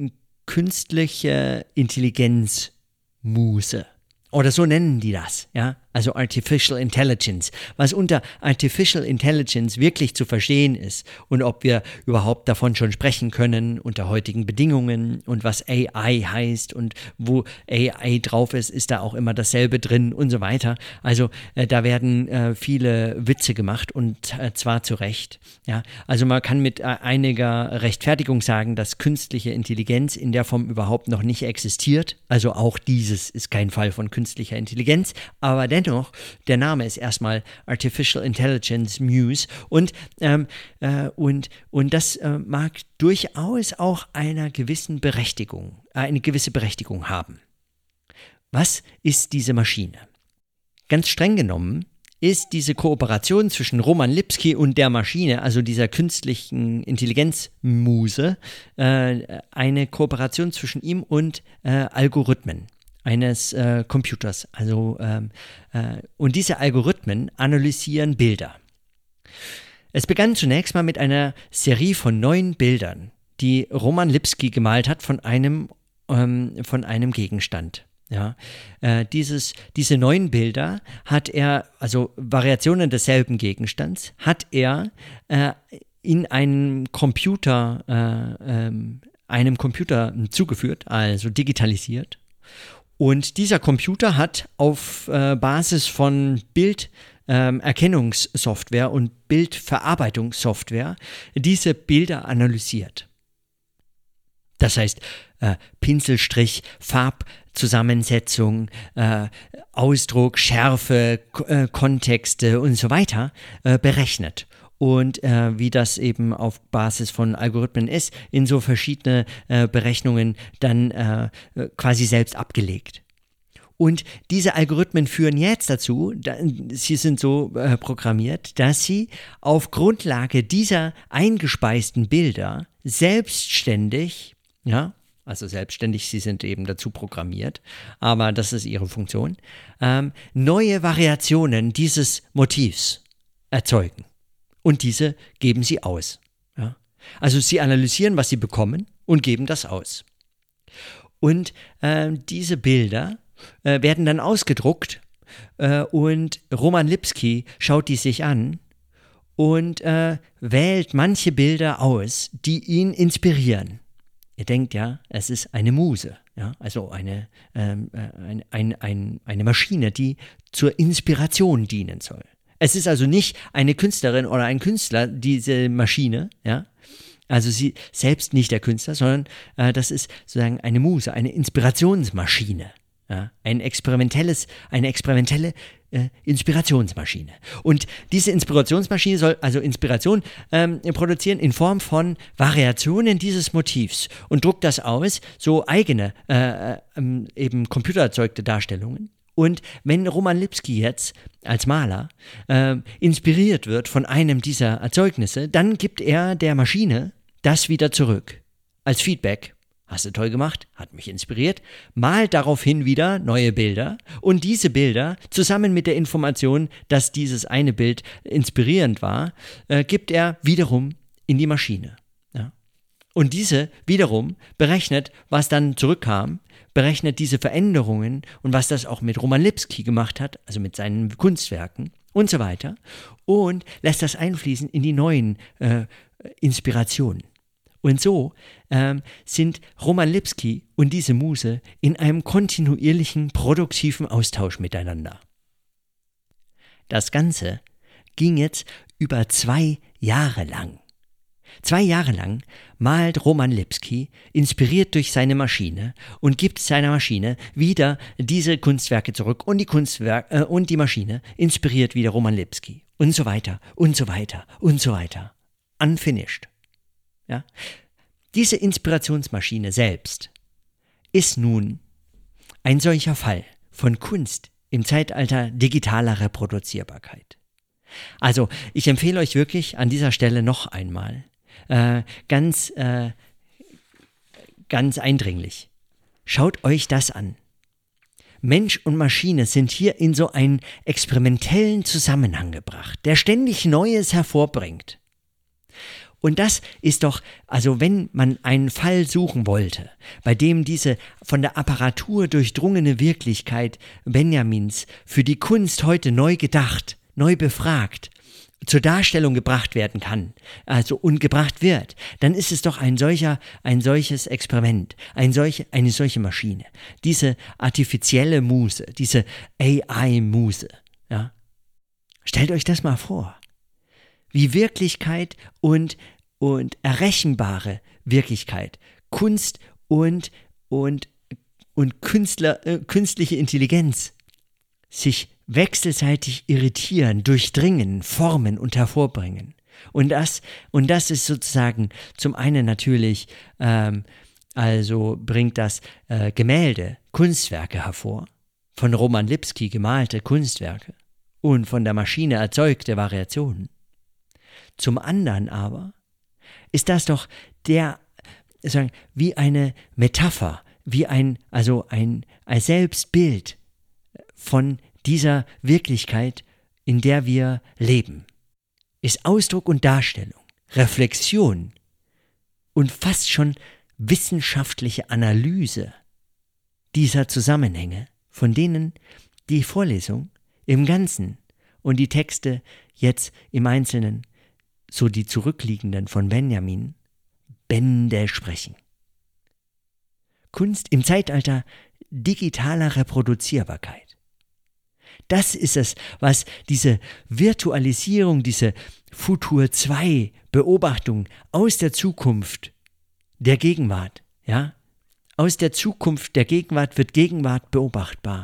künstliche Intelligenzmuse. Oder so nennen die das, ja, also Artificial Intelligence. Was unter Artificial Intelligence wirklich zu verstehen ist und ob wir überhaupt davon schon sprechen können unter heutigen Bedingungen und was A I heißt und wo A I drauf ist, ist da auch immer dasselbe drin und so weiter. Also äh, da werden äh, viele Witze gemacht und äh, zwar zu Recht. Ja, also man kann mit äh, einiger Rechtfertigung sagen, dass künstliche Intelligenz in der Form überhaupt noch nicht existiert. Also auch dieses ist kein Fall von künstlicher Intelligenz, aber dennoch, der Name ist erstmal Artificial Intelligence Muse und, ähm, äh, und, und das äh, mag durchaus auch einer gewissen Berechtigung, äh, eine gewisse Berechtigung haben. Was ist diese Maschine? Ganz streng genommen ist diese Kooperation zwischen Roman Lipski und der Maschine, also dieser künstlichen Intelligenzmuse, äh, eine Kooperation zwischen ihm und äh, Algorithmen eines äh, Computers. Also, ähm, äh, und diese Algorithmen analysieren Bilder. Es begann zunächst mal mit einer Serie von neun Bildern, die Roman Lipski gemalt hat von einem, ähm, von einem Gegenstand. Ja, äh, dieses, diese neun Bilder hat er, also Variationen desselben Gegenstands, hat er äh, in einem Computer, äh, ähm, einem Computer zugeführt, also digitalisiert. Und dieser Computer hat auf äh, Basis von Bilderkennungssoftware ähm, und Bildverarbeitungssoftware diese Bilder analysiert. Das heißt, äh, Pinselstrich, Farbzusammensetzung, äh, Ausdruck, Schärfe, K- äh, Kontexte und so weiter äh, berechnet. Und äh, wie das eben auf Basis von Algorithmen ist, in so verschiedene äh, Berechnungen dann äh, quasi selbst abgelegt. Und diese Algorithmen führen jetzt dazu, da, sie sind so äh, programmiert, dass sie auf Grundlage dieser eingespeisten Bilder selbstständig, ja, also selbstständig, sie sind eben dazu programmiert, aber das ist ihre Funktion, ähm, neue Variationen dieses Motivs erzeugen. Und diese geben sie aus. Ja? Also sie analysieren, was sie bekommen und geben das aus. Und äh, diese Bilder äh, werden dann ausgedruckt äh, und Roman Lipski schaut die sich an und äh, wählt manche Bilder aus, die ihn inspirieren. Ihr denkt ja, es ist eine Muse, ja? Also eine, ähm, ein, ein, ein, eine Maschine, die zur Inspiration dienen soll. Es ist also nicht eine Künstlerin oder ein Künstler, diese Maschine, ja, also sie selbst nicht der Künstler, sondern äh, das ist sozusagen eine Muse, eine Inspirationsmaschine, ja, ein experimentelles, eine experimentelle äh, Inspirationsmaschine. Und diese Inspirationsmaschine soll also Inspiration ähm, produzieren in Form von Variationen dieses Motivs und druckt das aus, so eigene, äh, äh, eben computererzeugte Darstellungen. Und wenn Roman Lipski jetzt als Maler äh, inspiriert wird von einem dieser Erzeugnisse, dann gibt er der Maschine das wieder zurück als Feedback. Hast du toll gemacht, hat mich inspiriert, malt daraufhin wieder neue Bilder und diese Bilder zusammen mit der Information, dass dieses eine Bild inspirierend war, äh, gibt er wiederum in die Maschine. Ja. Und diese wiederum berechnet, was dann zurückkam, berechnet diese Veränderungen und was das auch mit Roman Lipski gemacht hat, also mit seinen Kunstwerken und so weiter, und lässt das einfließen in die neuen äh, Inspirationen. Und so ähm, sind Roman Lipski und diese Muse in einem kontinuierlichen, produktiven Austausch miteinander. Das Ganze ging jetzt über zwei Jahre lang. Zwei Jahre lang malt Roman Lipski, inspiriert durch seine Maschine, und gibt seiner Maschine wieder diese Kunstwerke zurück und die Kunstwerke äh, und die Maschine inspiriert wieder Roman Lipski und so weiter und so weiter und so weiter. Unfinished. Ja? Diese Inspirationsmaschine selbst ist nun ein solcher Fall von Kunst im Zeitalter digitaler Reproduzierbarkeit. Also, ich empfehle euch wirklich an dieser Stelle noch einmal, äh, ganz, äh, ganz eindringlich, schaut euch das an. Mensch und Maschine sind hier in so einen experimentellen Zusammenhang gebracht, der ständig Neues hervorbringt. Und das ist doch, also wenn man einen Fall suchen wollte, bei dem diese von der Apparatur durchdrungene Wirklichkeit Benjamins für die Kunst heute neu gedacht, neu befragt, zur Darstellung gebracht werden kann, also und gebracht wird, dann ist es doch ein solcher, ein solches Experiment, ein solch, eine solche Maschine, diese artifizielle Muse, diese A I-Muse. Ja? Stellt euch das mal vor. Wie Wirklichkeit und, und errechenbare Wirklichkeit, Kunst und, und, und Künstler, äh, künstliche Intelligenz sich wechselseitig irritieren, durchdringen, formen und hervorbringen. Und das, und das ist sozusagen zum einen natürlich, ähm, also bringt das äh, Gemälde, Kunstwerke hervor, von Roman Lipski gemalte Kunstwerke und von der Maschine erzeugte Variationen. Zum anderen aber ist das doch der, sagen, wie eine Metapher, wie ein, also ein, ein Selbstbild von dieser Wirklichkeit, in der wir leben. Ist Ausdruck und Darstellung, Reflexion und fast schon wissenschaftliche Analyse dieser Zusammenhänge, von denen die Vorlesung im Ganzen und die Texte jetzt im Einzelnen, so die zurückliegenden von Benjamin, Bände sprechen. Kunst im Zeitalter digitaler Reproduzierbarkeit. Das ist es, was diese Virtualisierung, diese Futur zwei Beobachtung aus der Zukunft der Gegenwart, ja, aus der Zukunft der Gegenwart wird Gegenwart beobachtbar.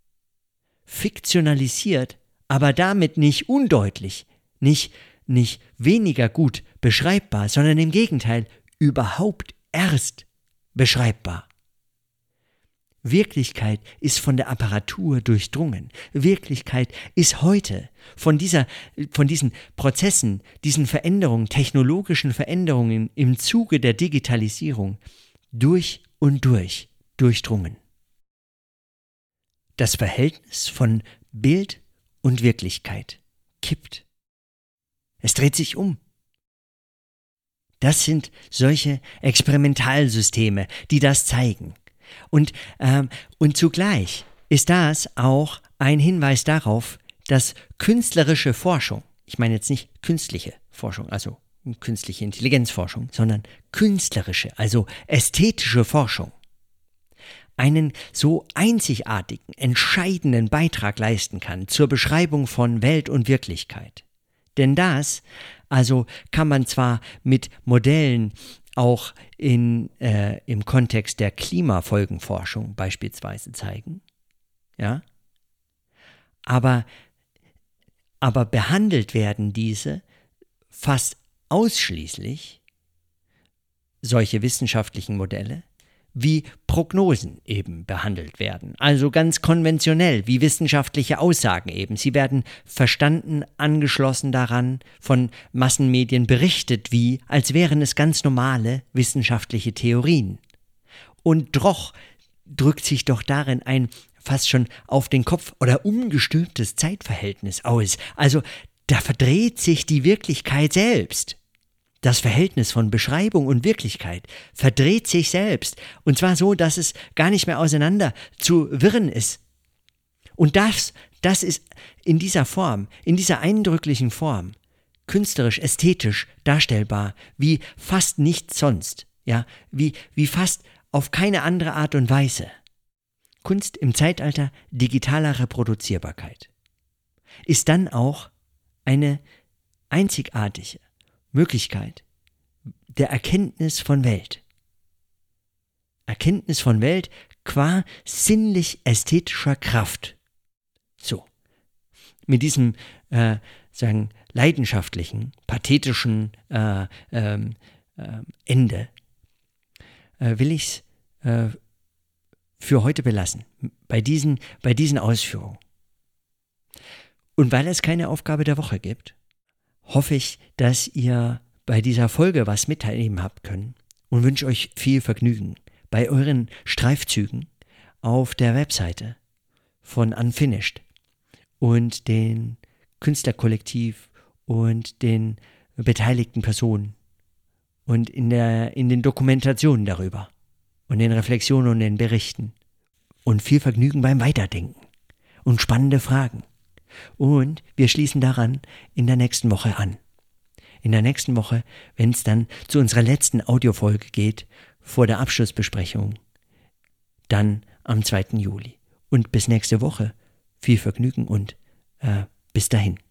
Fiktionalisiert, aber damit nicht undeutlich, nicht nicht weniger gut beschreibbar, sondern im Gegenteil überhaupt erst beschreibbar. Wirklichkeit ist von der Apparatur durchdrungen. Wirklichkeit ist heute von dieser, von diesen Prozessen, diesen Veränderungen, technologischen Veränderungen im Zuge der Digitalisierung durch und durch durchdrungen. Das Verhältnis von Bild und Wirklichkeit kippt. Es dreht sich um. Das sind solche Experimentalsysteme, die das zeigen. Und, ähm, und zugleich ist das auch ein Hinweis darauf, dass künstlerische Forschung, ich meine jetzt nicht künstliche Forschung, also künstliche Intelligenzforschung, sondern künstlerische, also ästhetische Forschung, einen so einzigartigen, entscheidenden Beitrag leisten kann zur Beschreibung von Welt und Wirklichkeit. Denn das, also kann man zwar mit Modellen auch in, äh, im Kontext der Klimafolgenforschung beispielsweise zeigen, ja, aber, aber behandelt werden diese fast ausschließlich, solche wissenschaftlichen Modelle, wie Prognosen eben behandelt werden. Also ganz konventionell, wie wissenschaftliche Aussagen eben. Sie werden verstanden, angeschlossen daran, von Massenmedien berichtet wie, als wären es ganz normale wissenschaftliche Theorien. Und doch drückt sich doch darin ein fast schon auf den Kopf oder umgestülptes Zeitverhältnis aus. Also da verdreht sich die Wirklichkeit selbst. Das Verhältnis von Beschreibung und Wirklichkeit verdreht sich selbst. Und zwar so, dass es gar nicht mehr auseinander zu wirren ist. Und das, das ist in dieser Form, in dieser eindrücklichen Form, künstlerisch, ästhetisch darstellbar, wie fast nichts sonst, ja, wie, wie fast auf keine andere Art und Weise. Kunst im Zeitalter digitaler Reproduzierbarkeit ist dann auch eine einzigartige Möglichkeit der Erkenntnis von Welt. Erkenntnis von Welt qua sinnlich-ästhetischer Kraft. So, mit diesem äh, sagen leidenschaftlichen, pathetischen äh, ähm, äh, Ende äh, will ich es äh, für heute belassen, bei diesen, bei diesen Ausführungen. Und weil es keine Aufgabe der Woche gibt, hoffe ich, dass ihr bei dieser Folge was mitnehmen habt können und wünsche euch viel Vergnügen bei euren Streifzügen auf der Webseite von Unfinished und den Künstlerkollektiv und den beteiligten Personen und in der, in den Dokumentationen darüber und den Reflexionen und den Berichten und viel Vergnügen beim Weiterdenken und spannende Fragen. Und wir schließen daran in der nächsten Woche an. In der nächsten Woche, wenn es dann zu unserer letzten Audiofolge geht, vor der Abschlussbesprechung, dann am zweiten Juli. Und bis nächste Woche viel Vergnügen und äh, bis dahin.